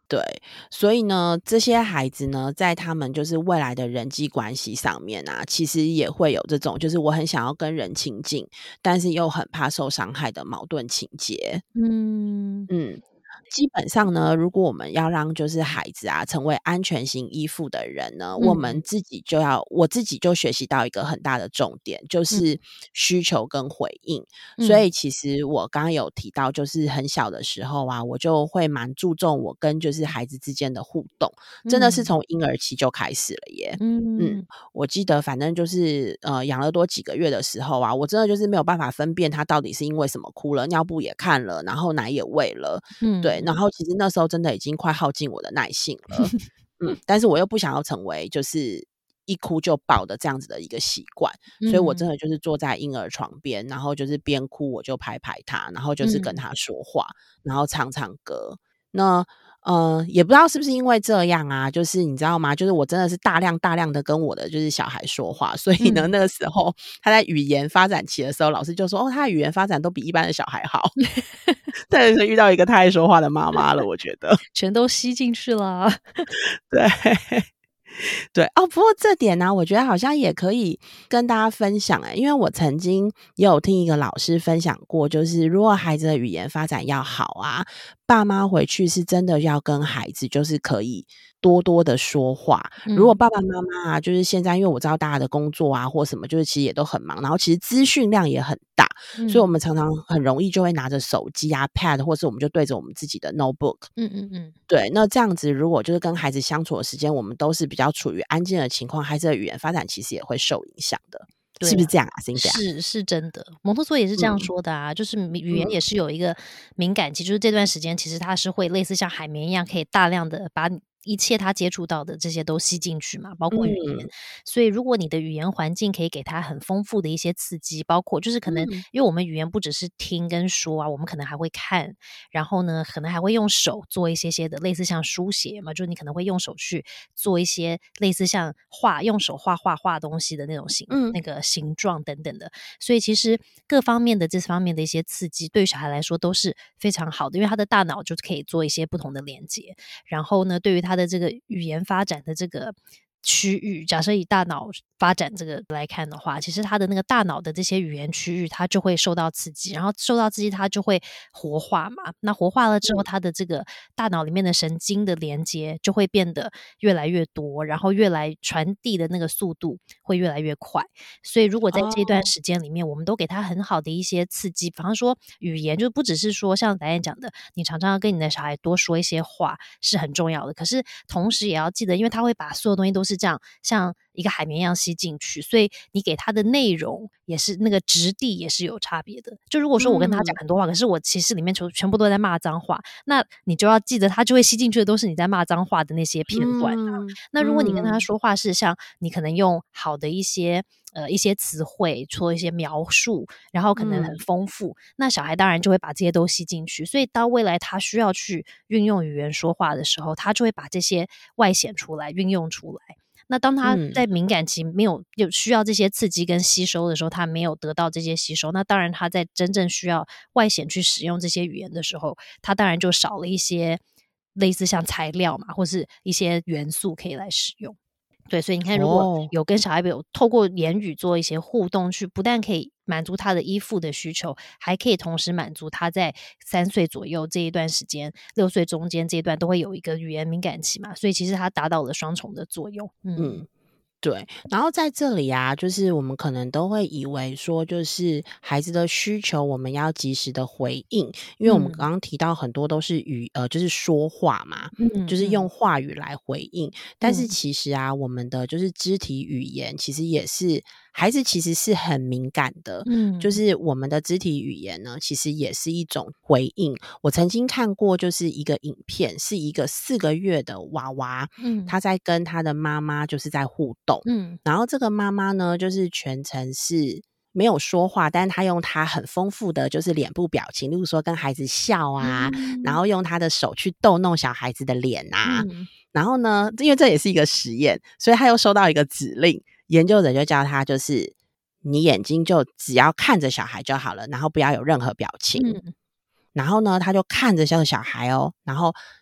对，所以呢，这些孩子呢，在他们就是未来的人际关系上面啊，其实也会有这种，就是我很想要跟人亲近，但是又很怕受伤害的矛盾情节。 嗯嗯，基本上呢，如果我们要让就是孩子啊成为安全型依附的人呢，我们我自己就学习到一个很大的重点，就嗯是需求跟回应。所嗯以其实我刚刚有提到，就是很小的时候啊，我就会蛮注重我跟就是孩子之间的互动，真的是嗯从婴儿期就开始了耶。嗯， 嗯我记得反正就是养乐多几个月的时候啊，我真的就是没有办法分辨他到底是因为什么哭了，尿布也看了，然后奶也喂了，对，然嗯后其实那时候真的已经快耗尽我的耐性了。但是我又不想要成为就是一哭就抱的这样子的一个习惯，所以我真嗯的就是坐在婴儿床边，然后就是边哭我就拍拍他，然后就是跟嗯他说话，然后唱唱歌。那也不知道是不是因为这样啊，就是你知道吗？就是我真的是大量的跟我的就是小孩说话，所以呢， 嗯， 那个时候他在语言发展期的时候，老师就说：“哦，他的语言发展都比一般的小孩好。”真的是遇到一个太爱说话的妈妈了，我觉得。 全都吸进去了。 对。对，哦，不过这点呢，我觉得好像也可以跟大家分享因为我曾经也有听一个老师分享过，就是如果孩子的语言发展要好啊，爸妈回去是真的要跟孩子就是可以多多的说话。如果嗯爸爸妈妈啊，就是现在因为我知道大家的工作啊或什么，就是其实也都很忙，然后其实资讯量也很大，所以我嗯们常常很容易就会拿着手机啊 Pad， 或是我们就对着我们自己的 notebook。 嗯， 对，那这样子如果就是跟孩子相处的时间，我们都是比较处于安静的情况，孩子的语言发展其实也会受影响的， 对啊。 是不是这样啊？Cynthia？ 是真的，蒙特梭利也是这样嗯说的啊，就是语言也嗯是有一个敏感期，就是这段时间其实它是会类似像海绵一样，可以大量的把你一切他接触到的这些都吸进去嘛，包括语言。 嗯所以如果你的语言环境可以给他很丰富的一些刺激，包括就是可能嗯因为我们语言不只是听跟说啊，我们可能还会看，然后呢，可能还会用手做一些些的类似像书写嘛，就是你可能会用手去做一些类似像用手画东西的那种嗯那个形状等等的。所以其实各方面的这方面的一些刺激，对于小孩来说都是非常好的，因为他的大脑就可以做一些不同的连接。然后呢，对于他的这个语言发展的这个区域，假设以大脑发展这个来看的话，其实他的那个大脑的这些语言区域，它就会受到刺激，然后受到刺激，它就会活化嘛。那活化了之后，它的这个大脑里面的神经的连接就会变得越来越多，然后传递的那个速度会越来越快。所以如果在这段哦时间里面，我们都给他很好的一些刺激，比方说语言，就不只是说像导演讲的，你常常要跟你的小孩多说一些话是很重要的，可是同时也要记得，因为他会把所有东西都是这样像一个海绵一样吸进去，所以你给他的内容也是那个质地也是有差别的。就如果说我跟他讲很多话，可是我其实里面全部都在骂脏话，那你就要记得他就会吸进去的都是你在骂脏话的那些片段。那如果你跟他说话是像你可能用好的一些词汇做一些描述，然后可能很丰富，那小孩当然就会把这些都吸进去。所以当未来他需要去运用语言说话的时候，他就会把这些外显出来，运用出来。那当他在敏感期有需要这些刺激跟吸收的时候，他没有得到这些吸收，那当然他在真正需要外显去使用这些语言的时候，他当然就少了一些类似像材料嘛，或是一些元素可以来使用。对，所以你看，如果有跟小孩有透过言语做一些互动，去不但可以满足他的依附的需求，还可以同时满足他在3岁左右这一段时间，6岁中间这一段都会有一个语言敏感期嘛，所以其实它达到了双重的作用。 对，然后在这里啊，就是我们可能都会以为说，就是孩子的需求我们要及时的回应，因为我们刚刚提到很多都是就是说话嘛，就是用话语来回应，但是其实啊，我们的就是肢体语言其实也是孩子其实是很敏感的，就是我们的肢体语言呢，其实也是一种回应。我曾经看过就是一个影片，是一个4个月的娃娃，他在跟他的妈妈就是在互动。然后这个妈妈呢，就是全程是没有说话，但是她用她很丰富的就是脸部表情，例如说跟孩子笑啊，然后用她的手去逗弄小孩子的脸啊。然后呢，因为这也是一个实验，所以她又收到一个指令，研究者就叫她就是你眼睛就只要看着小孩就好了，然后不要有任何表情。然后呢，他就看着这个小孩然后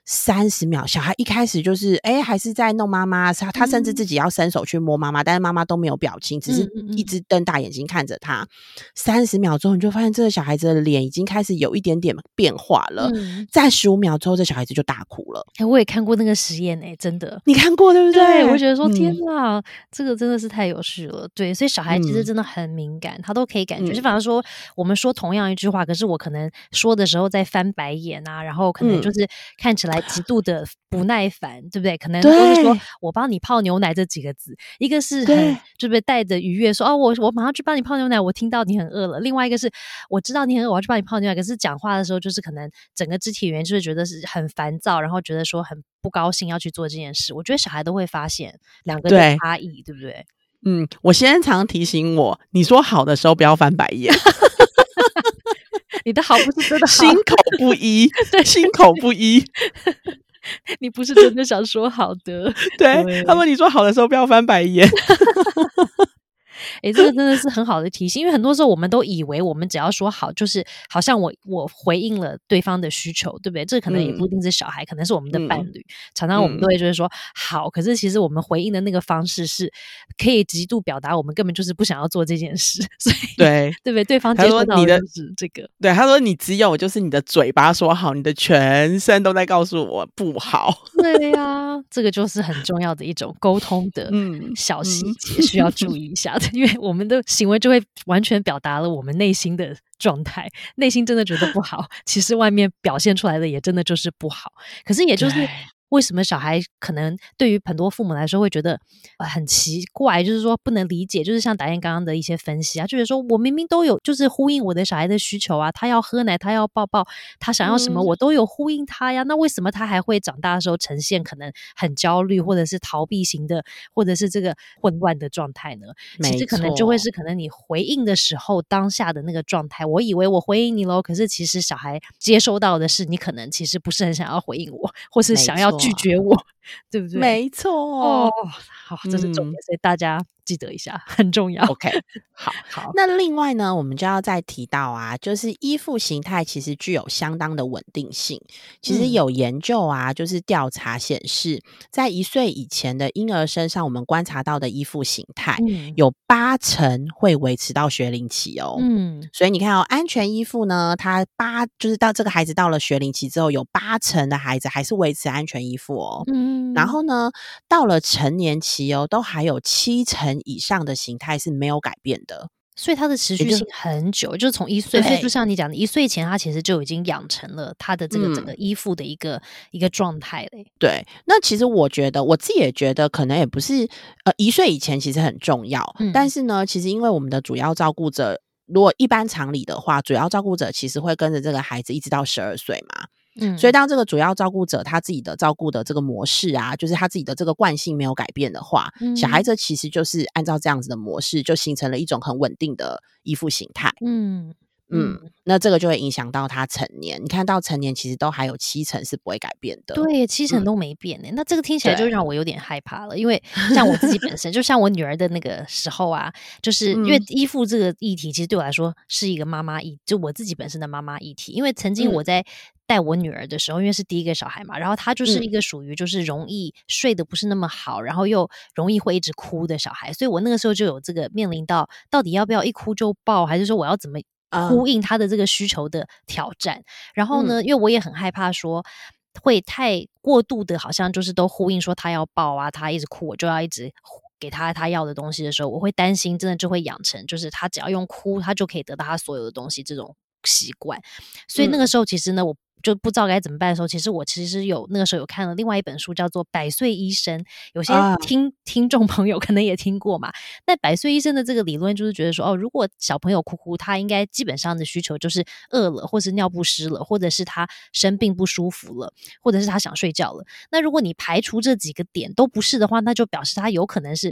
30秒，小孩一开始就是还是在弄妈妈，他甚至自己要伸手去摸妈妈，但是妈妈都没有表情，只是一直瞪大眼睛看着他。30秒之后，你就发现这个小孩子的脸已经开始有一点点变化了。在15秒之后，这小孩子就大哭了。 我也看过那个实验真的。 你看过对不对？ 对，我觉得说天哪，这个真的是太有趣了。对，所以小孩其实真的很敏感，他都可以感觉。就反正说我们说同样一句话，可是我可能说的时候在翻白眼啊，然后可能就是看起来极度的不耐烦，对不对？可能都是说我帮你泡牛奶这几个字，一个是很就是带着愉悦说我马上去帮你泡牛奶，我听到你很饿了。另外一个是我知道你很饿，我要去帮你泡牛奶，可是讲话的时候就是可能整个肢体语言就是觉得是很烦躁，然后觉得说很不高兴要去做这件事。我觉得小孩都会发现两个的差异，对不对？ 我先生常提醒我，你说好的时候不要翻白眼。 你的好不是真的好， 心口不一，对，心口不一。 你不是真的想说好的。 对，他们你说好的时候不要翻白眼。 这个真的是很好的提醒，因为很多时候我们都以为我们只要说好，就是好像我回应了对方的需求，对不对？这可能也不一定是小孩，可能是我们的伴侣。常常我们都会就是说好，可是其实我们回应的那个方式是可以极度表达我们根本就是不想要做这件事，所以对不对？对方接受到的是这个。 对，他说你只有就是你的嘴巴说好，你的全身都在告诉我不好。 对呀，这个就是很重要的一种沟通的小细节，需要注意一下的。因为我们的行为就会完全表达了我们内心的状态，内心真的觉得不好，其实外面表现出来的也真的就是不好。可是也就是为什么小孩可能对于很多父母来说会觉得很奇怪，就是说不能理解，就是像达燕刚刚的一些分析啊，就是说我明明都有就是呼应我的小孩的需求啊，他要喝奶，他要抱抱，他想要什么我都有呼应他呀，那为什么他还会长大的时候呈现可能很焦虑或者是逃避型的，或者是这个混乱的状态呢？其实可能就会是可能你回应的时候当下的那个状态，我以为我回应你咯，可是其实小孩接收到的是你可能其实不是很想要回应我，或是想要拒绝我，对不对？ 没错。 好，这是重点，所以大家记得一下，很重要。 OK， 好。那另外呢，我们就要再提到啊，就是依附形态其实具有相当的稳定性。其实有研究啊，就是调查显示，在1岁以前的婴儿身上，我们观察到的依附形态有80%会维持到学龄期哦。所以你看安全依附呢，它就是到这个孩子到了学龄期之后，有80%的孩子还是维持安全依附哦。然后呢，到了成年期都还有70%以上的形态是没有改变的。 所以它的持续性很久，就是从1岁，所以就像你讲的，1岁前他其实就已经养成了他的这个整个依附的一个状态了。 对，那其实我觉得我自己也觉得可能也不是1岁以前其实很重要，但是呢，其实因为我们的主要照顾者，如果一般常理的话，主要照顾者其实会跟着这个孩子一直到12岁嘛。所以当这个主要照顾者他自己的照顾的这个模式啊，就是他自己的这个惯性没有改变的话，小孩子其实就是按照这样子的模式就形成了一种很稳定的依附形态。那这个就会影响到他成年，你看到成年其实都还有70%是不会改变的。 对，70%都没变那这个听起来就让我有点害怕了，因为像我自己本身就像我女儿的那个时候啊，就是因为依附这个议题其实对我来说是一个妈妈议，就我自己本身的妈妈议题。因为曾经我在带我女儿的时候，因为是第一个小孩嘛，然后她就是一个属于就是容易睡得不是那么好，然后又容易会一直哭的小孩，所以我那个时候就有这个面临到底要不要一哭就抱，还是说我要怎么呼应他的这个需求的挑战。然后呢，因为我也很害怕说会太过度的好像就是都呼应说他要抱啊，他一直哭我就要一直给他要的东西的时候，我会担心真的就会养成就是他只要用哭他就可以得到他所有的东西这种习惯。所以那个时候其实呢，我就不知道该怎么办的时候，其实我那个时候有看了另外一本书叫做《100岁医生》，有些听众朋友可能也听过嘛。那100岁医生的这个理论就是觉得说如果小朋友哭哭，他应该基本上的需求就是饿了，或是尿不湿了，或者是他生病不舒服了，或者是他想睡觉了。那如果你排除这几个点都不是的话，那就表示他有可能是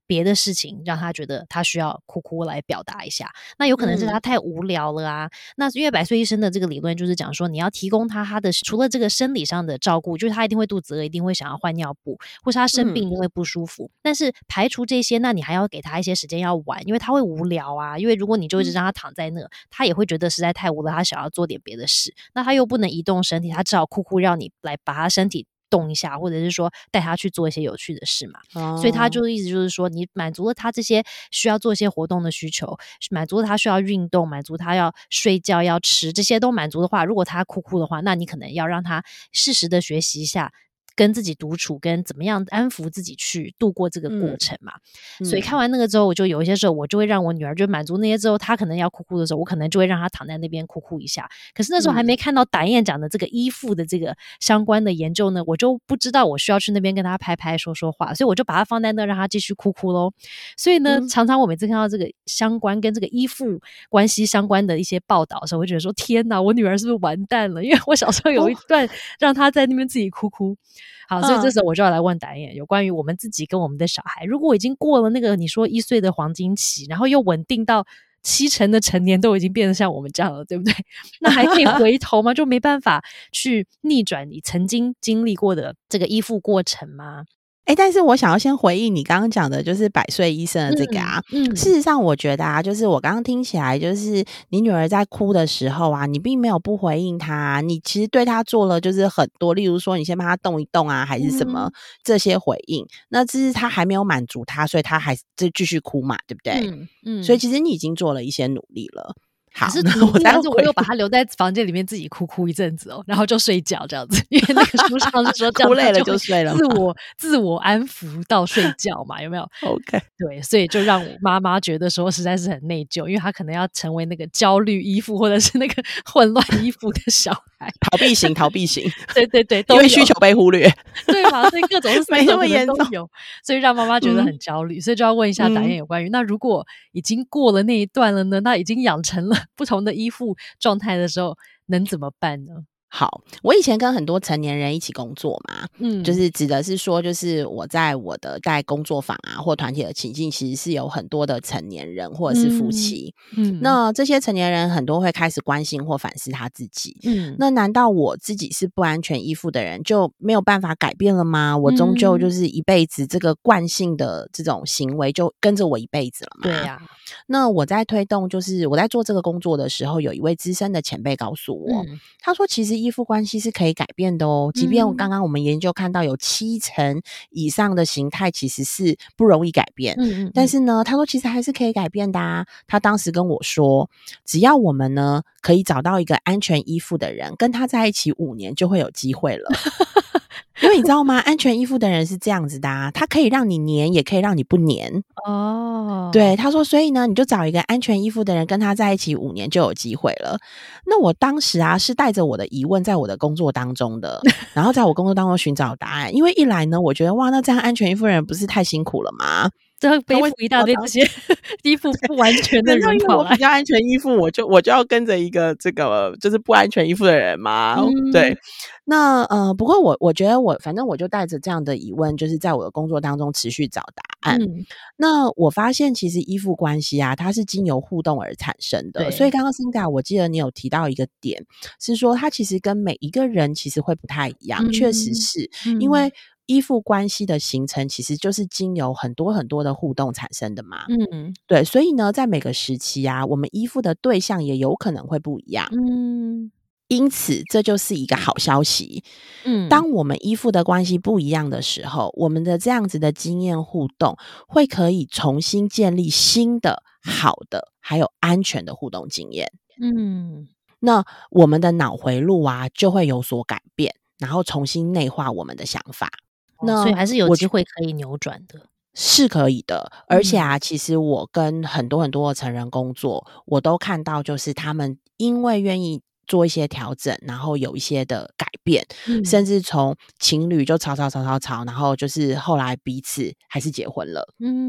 别的事情让他觉得他需要哭哭来表达一下。那有可能是他太无聊了啊。那因为百岁医生的这个理论就是讲说，你要提供他的除了这个生理上的照顾，就是他一定会肚子饿，一定会想要换尿布，或是他生病一定会不舒服，但是排除这些，那你还要给他一些时间要玩，因为他会无聊啊。因为如果你就一直让他躺在那，他也会觉得实在太无聊，他想要做点别的事，那他又不能移动身体，他只好哭哭让你来把他身体动一下，或者是说带他去做一些有趣的事嘛。所以他就意思就是说，你满足了他这些需要做一些活动的需求，满足了他需要运动，满足他要睡觉要吃，这些都满足的话，如果他哭哭的话，那你可能要让他适时的学习一下跟自己独处，跟怎么样安抚自己去度过这个过程嘛。所以看完那个之后，我就有一些时候我就会让我女儿就满足那些之后，她可能要哭哭的时候，我可能就会让她躺在那边哭哭一下。可是那时候还没看到达燕讲的这个依附的这个相关的研究呢，我就不知道我需要去那边跟她拍拍说说话，所以我就把她放在那让她继续哭哭咯。所以呢，常常我每次看到这个相关跟这个依附关系相关的一些报道的时候，我会觉得说天哪，我女儿是不是完蛋了？因为我小时候有一段让她在那边自己哭哭。好，所以这时候我就要来问达燕有关于我们自己跟我们的小孩，如果已经过了那个你说1岁的黄金期，然后又稳定到70%的成年都已经变得像我们这样了，对不对？那还可以回头吗？就没办法去逆转你曾经经历过的这个依附过程吗？ 但是我想要先回应你刚刚讲的，就是百岁医生的这个啊。事实上我觉得啊，就是我刚刚听起来，就是你女儿在哭的时候啊，你并没有不回应她，你其实对她做了就是很多，例如说你先帮她动一动啊，还是什么这些回应。那这是她还没有满足她，所以她还是继续哭嘛，对不对？所以其实你已经做了一些努力了。好， 但是我又把他留在房间里面自己哭哭一阵子然后就睡觉这样子，因为那个书上是说哭累了就睡了， 自我安抚到睡觉嘛，有没有 ？OK， 对，所以就让我妈妈觉得说实在是很内疚，因为她可能要成为那个焦虑依附或者是那个混乱依附的小孩， 逃避型， 对对对， 因为需求被忽略， 对嘛？所以各种没那么严重都有，所以让妈妈觉得很焦虑，所以就要问一下达燕有关于那如果已经过了那一段了呢？那已经养成了不同的依附状态的时候，能怎么办呢？ 好，我以前跟很多成年人一起工作嘛，就是指的是说，就是我在我的带工作坊啊或团体的情境，其实是有很多的成年人或者是夫妻，那这些成年人很多会开始关心或反思他自己，那难道我自己是不安全依附的人就没有办法改变了吗？我终究就是一辈子这个惯性的这种行为就跟着我一辈子了嘛？ 对呀。 那我在推动，就是我在做这个工作的时候，有一位资深的前辈告诉我，他说其实依附关系是可以改变的哦，即便刚刚我们研究看到有70%以上的形态其实是不容易改变，但是呢，他说其实还是可以改变的啊。他当时跟我说，只要我们呢可以找到一个安全依附的人，跟他在一起5年就会有机会了。因为你知道吗？安全依附的人是这样子的啊，他可以让你黏，也可以让你不黏。对，他说，所以呢，你就找一个安全依附的人，跟他在一起5年就有机会了。那我当时啊，是带着我的疑问在我的工作当中的，然后在我工作当中寻找答案。因为一来呢，我觉得哇，那这样安全依附人不是太辛苦了吗？ 这背负一大堆这些依附不完全的人跑来， 我比较安全依附，我就要跟着一个这个就是不安全依附的人嘛。对，那不过我觉得反正我就带着这样的疑问，就是在我的工作当中持续找答案。那我发现其实依附关系啊，它是经由互动而产生的。所以刚刚 Cinda 我记得你有提到一个点，是说它其实跟每一个人其实会不太一样，确实是因为依附关系的形成其实就是经由很多很多的互动产生的嘛。对，所以呢，在每个时期啊，我们依附的对象也有可能会不一样。因此这就是一个好消息。当我们依附的关系不一样的时候，我们的这样子的经验互动会可以重新建立新的好的还有安全的互动经验。那我们的脑回路啊就会有所改变，然后重新内化我们的想法。那所以还是有机会可以扭转的。 是可以的，而且啊，其实我跟很多很多的成人工作，我都看到就是他们因为愿意做一些调整，然后有一些的改变，甚至从情侣就吵，然后就是后来彼此还是结婚了。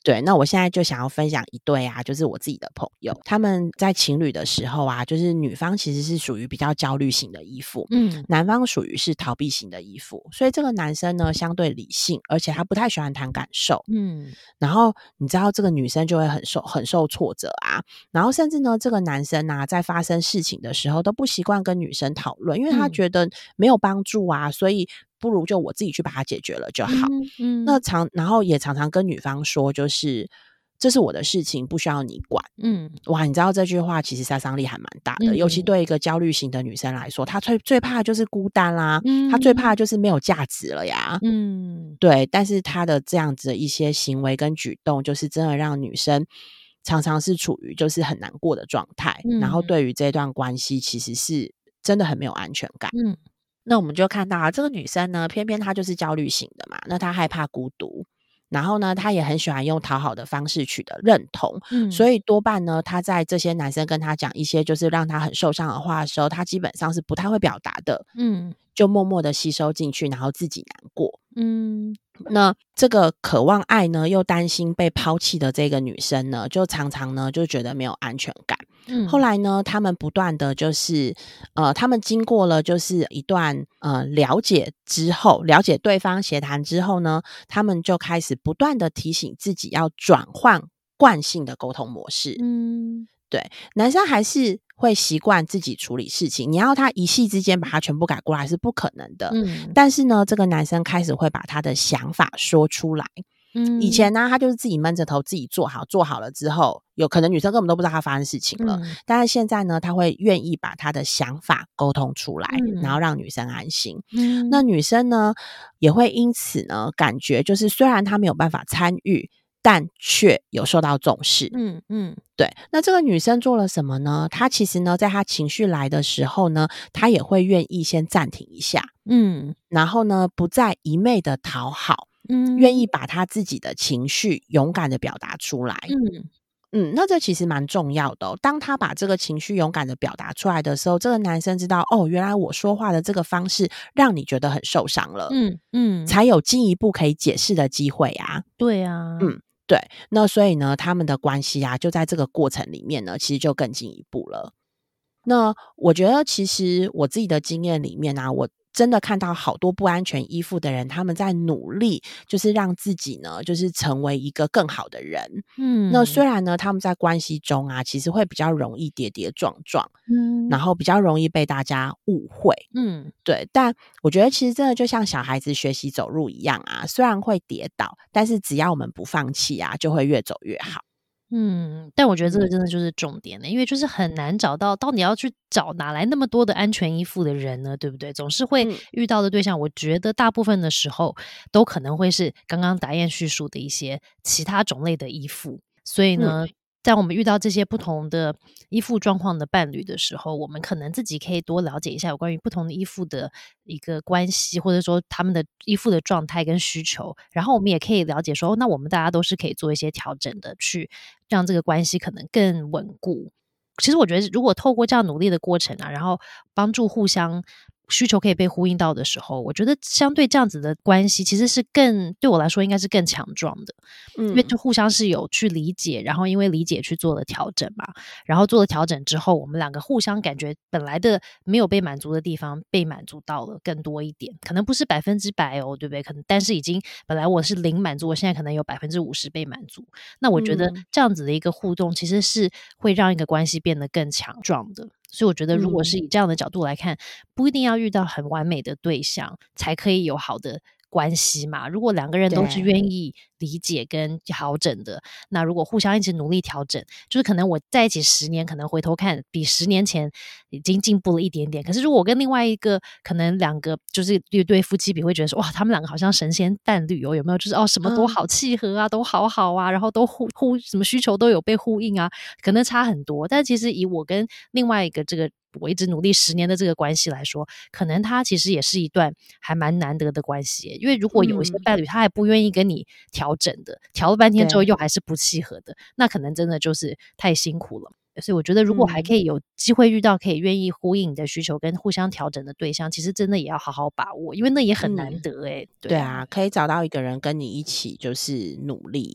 对，那我现在就想要分享一对啊，就是我自己的朋友，他们在情侣的时候啊，就是女方其实是属于比较焦虑型的依附，男方属于是逃避型的依附，所以这个男生呢相对理性，而且他不太喜欢谈感受，然后你知道这个女生就会很受挫折啊，然后甚至呢这个男生啊在发生事情的时候都不习惯跟女生讨论，因为他觉得没有帮助啊，所以不如就我自己去把它解决了就好。然后也常常跟女方说，就是这是我的事情，不需要你管。哇，你知道这句话其实杀伤力还蛮大的，尤其对一个焦虑型的女生来说，她最怕的就是孤单啦，她最怕的就是没有价值了呀。对，但是她的这样子的一些行为跟举动，就是真的让女生常常是处于就是很难过的状态，然后对于这段关系其实是真的很没有安全感。那我们就看到啊，这个女生呢，偏偏她就是焦虑型的嘛，那她害怕孤独，然后呢，她也很喜欢用讨好的方式取得认同，所以多半呢，她在这些男生跟她讲一些就是让她很受伤的话的时候，她基本上是不太会表达的，就默默的吸收进去，然后自己难过。那这个渴望爱呢，又担心被抛弃的这个女生呢，就常常呢就觉得没有安全感。后来呢，他们不断的就是他们经过了就是一段了解之后，了解对方协谈之后呢，他们就开始不断的提醒自己要转换惯性的沟通模式。对，男生还是会习惯自己处理事情，你要他一夕之间把他全部改过来是不可能的。但是呢，这个男生开始会把他的想法说出来。以前呢，他就是自己闷着头自己做好，做好了之后，有可能女生根本都不知道他发生事情了。但是现在呢，他会愿意把他的想法沟通出来，然后让女生安心。那女生呢，也会因此呢，感觉就是虽然他没有办法参与，但却有受到重视。对，那这个女生做了什么呢？她其实呢，在她情绪来的时候呢，她也会愿意先暂停一下，然后呢，不再一昧的讨好，愿意把她自己的情绪勇敢的表达出来。那这其实蛮重要的哦。当他把这个情绪勇敢的表达出来的时候，这个男生知道哦，原来我说话的这个方式让你觉得很受伤了，才有进一步可以解释的机会啊。 对啊， 对，那所以呢，他们的关系啊，就在这个过程里面呢，其实就更进一步了。那我觉得其实我自己的经验里面啊，我真的看到好多不安全依附的人，他们在努力就是让自己呢，就是成为一个更好的人。那虽然呢，他们在关系中啊，其实会比较容易跌跌撞撞，然后比较容易被大家误会。对，但我觉得其实真的就像小孩子学习走路一样啊，虽然会跌倒，但是只要我们不放弃啊，就会越走越好。 但我觉得这个真的就是重点因为就是很难找到你要去找哪来那么多的安全依附的人呢，对不对？总是会遇到的对象，我觉得大部分的时候都可能会是刚刚达燕叙述的一些其他种类的依附，所以呢，在我们遇到这些不同的依附状况的伴侣的时候，我们可能自己可以多了解一下有关于不同的依附的一个关系，或者说他们的依附的状态跟需求，然后我们也可以了解说，那我们大家都是可以做一些调整的，去让这个关系可能更稳固。其实我觉得如果透过这样努力的过程啊，然后帮助互相需求可以被呼应到的时候，我觉得相对这样子的关系其实是对我来说应该是更强壮的。因为就互相是有去理解，然后因为理解去做了调整嘛，然后做了调整之后，我们两个互相感觉本来的没有被满足的地方被满足到了更多一点，可能不是100%哦，对不对？可能但是已经本来我是0满足，我现在可能有50%被满足。那我觉得这样子的一个互动其实是会让一个关系变得更强壮的。所以我觉得如果是以这样的角度来看，不一定要遇到很完美的对象才可以有好的关系嘛。如果两个人都是愿意理解跟调整的，那如果互相一直努力调整，就是可能我在一起10年，可能回头看比10年前已经进步了一点点。可是如果我跟另外一个可能两个就是一对夫妻比，会觉得说哇，他们两个好像神仙伴侣哦，有没有？就是什么都好契合啊，都好好啊，然后都什么需求都有被呼应啊，可能差很多。但其实以我跟另外一个这个我一直努力10年的这个关系来说，可能它其实也是一段还蛮难得的关系。因为如果有一些伴侣他还不愿意跟你调整的，调了半天之后又还是不契合的，那可能真的就是太辛苦了。所以我觉得如果还可以有机会遇到可以愿意呼应你的需求跟互相调整的对象，其实真的也要好好把握，因为那也很难得对啊，可以找到一个人跟你一起就是努力，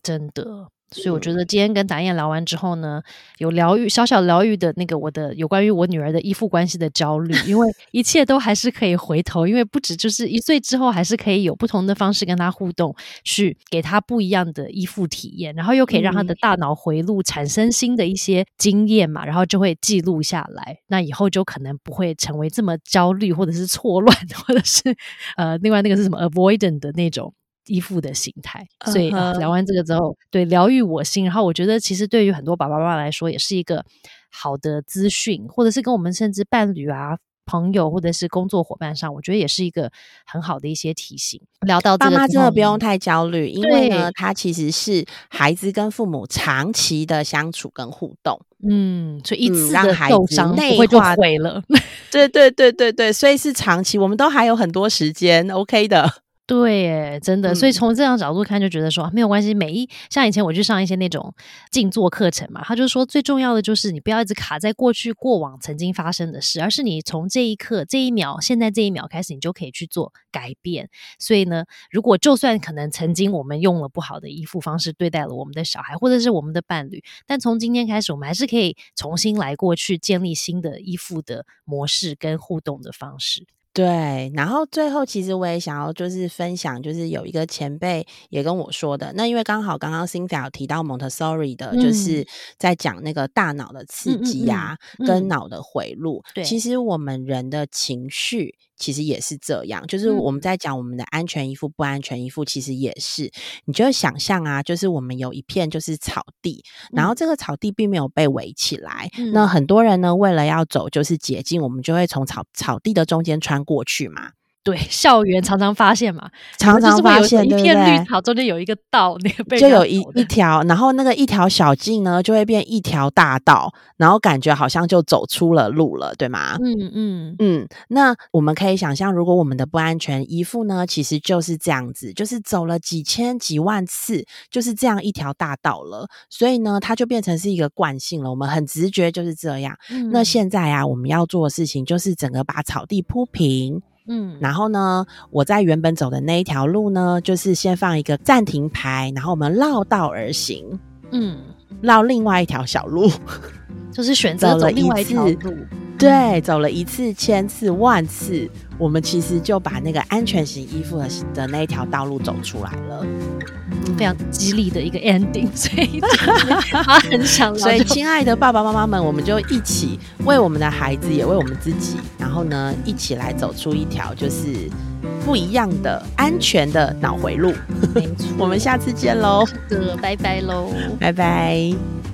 真的。所以我觉得今天跟达燕聊完之后呢，有疗愈，小小疗愈的那个有关于我女儿的依附关系的焦虑，因为一切都还是可以回头，因为不止就是1岁之后还是可以有不同的方式跟她互动，去给她不一样的依附体验，然后又可以让她的大脑回路产生新的一些经验嘛，然后就会记录下来，那以后就可能不会成为这么焦虑或者是错乱，或者是另外那个是什么 avoidant 的那种依附的形态。所以聊完这个之后，对，疗愈我心，然后我觉得其实对于很多爸爸妈妈来说也是一个好的资讯，或者是跟我们甚至伴侣啊朋友或者是工作伙伴上，我觉得也是一个很好的一些提醒。聊到这个， 爸妈真的不用太焦虑，因为呢它其实是孩子跟父母长期的相处跟互动， 所以一次的受伤不会就毁了。 对对对对对，所以是长期，我们都还有很多时间 OK 的。 对耶，真的，所以从这样角度看就觉得说没有关系，像以前我去上一些那种静坐课程嘛，他就说最重要的就是你不要一直卡在过往曾经发生的事，而是你从这一刻这一秒现在这一秒开始，你就可以去做改变。所以呢，如果就算可能曾经我们用了不好的依附方式对待了我们的小孩或者是我们的伴侣，但从今天开始我们还是可以重新来过去建立新的依附的模式跟互动的方式。 对，然后最后其实我也想要就是分享，就是有一个前辈也跟我说的，那因为刚刚 Cynthia 有提到 Montessori 的，就是在讲那个大脑的刺激啊，跟脑的回路，其实我们人的情绪其实也是这样，就是我们在讲我们的安全依附不安全依附，其实也是你就想象啊，就是我们有一片就是草地，然后这个草地并没有被围起来，那很多人呢为了要走就是捷径，我们就会从草地的中间穿过去嘛。 对，校园常常发现嘛， 常常发现， 就是会有一片绿草中间有一个道，那个被就有一条，然后那个一条小径呢，就会变一条大道，然后感觉好像就走出了路了，对吗？那我们可以想象，如果我们的不安全依附呢，其实就是这样子，就是走了几千几万次，就是这样一条大道了，所以呢，它就变成是一个惯性了，我们很直觉就是这样。那现在啊，我们要做的事情就是整个把草地铺平。然后呢，我在原本走的那一条路呢，就是先放一个暂停牌，然后我们绕道而行，绕另外一条小路， 就是选择走另外一条路。 对，走了1次、1000次、10000次，我们其实就把那个安全型依附的那一条道路走出来了。 非常激励的一个 ending， 所以他很想聊。 所以亲爱的爸爸妈妈们，我们就一起为我们的孩子，也为我们自己，然后呢，一起来走出一条就是不一样的安全的脑回路。 没错， 我们下次见喽， 拜拜喽， 拜拜。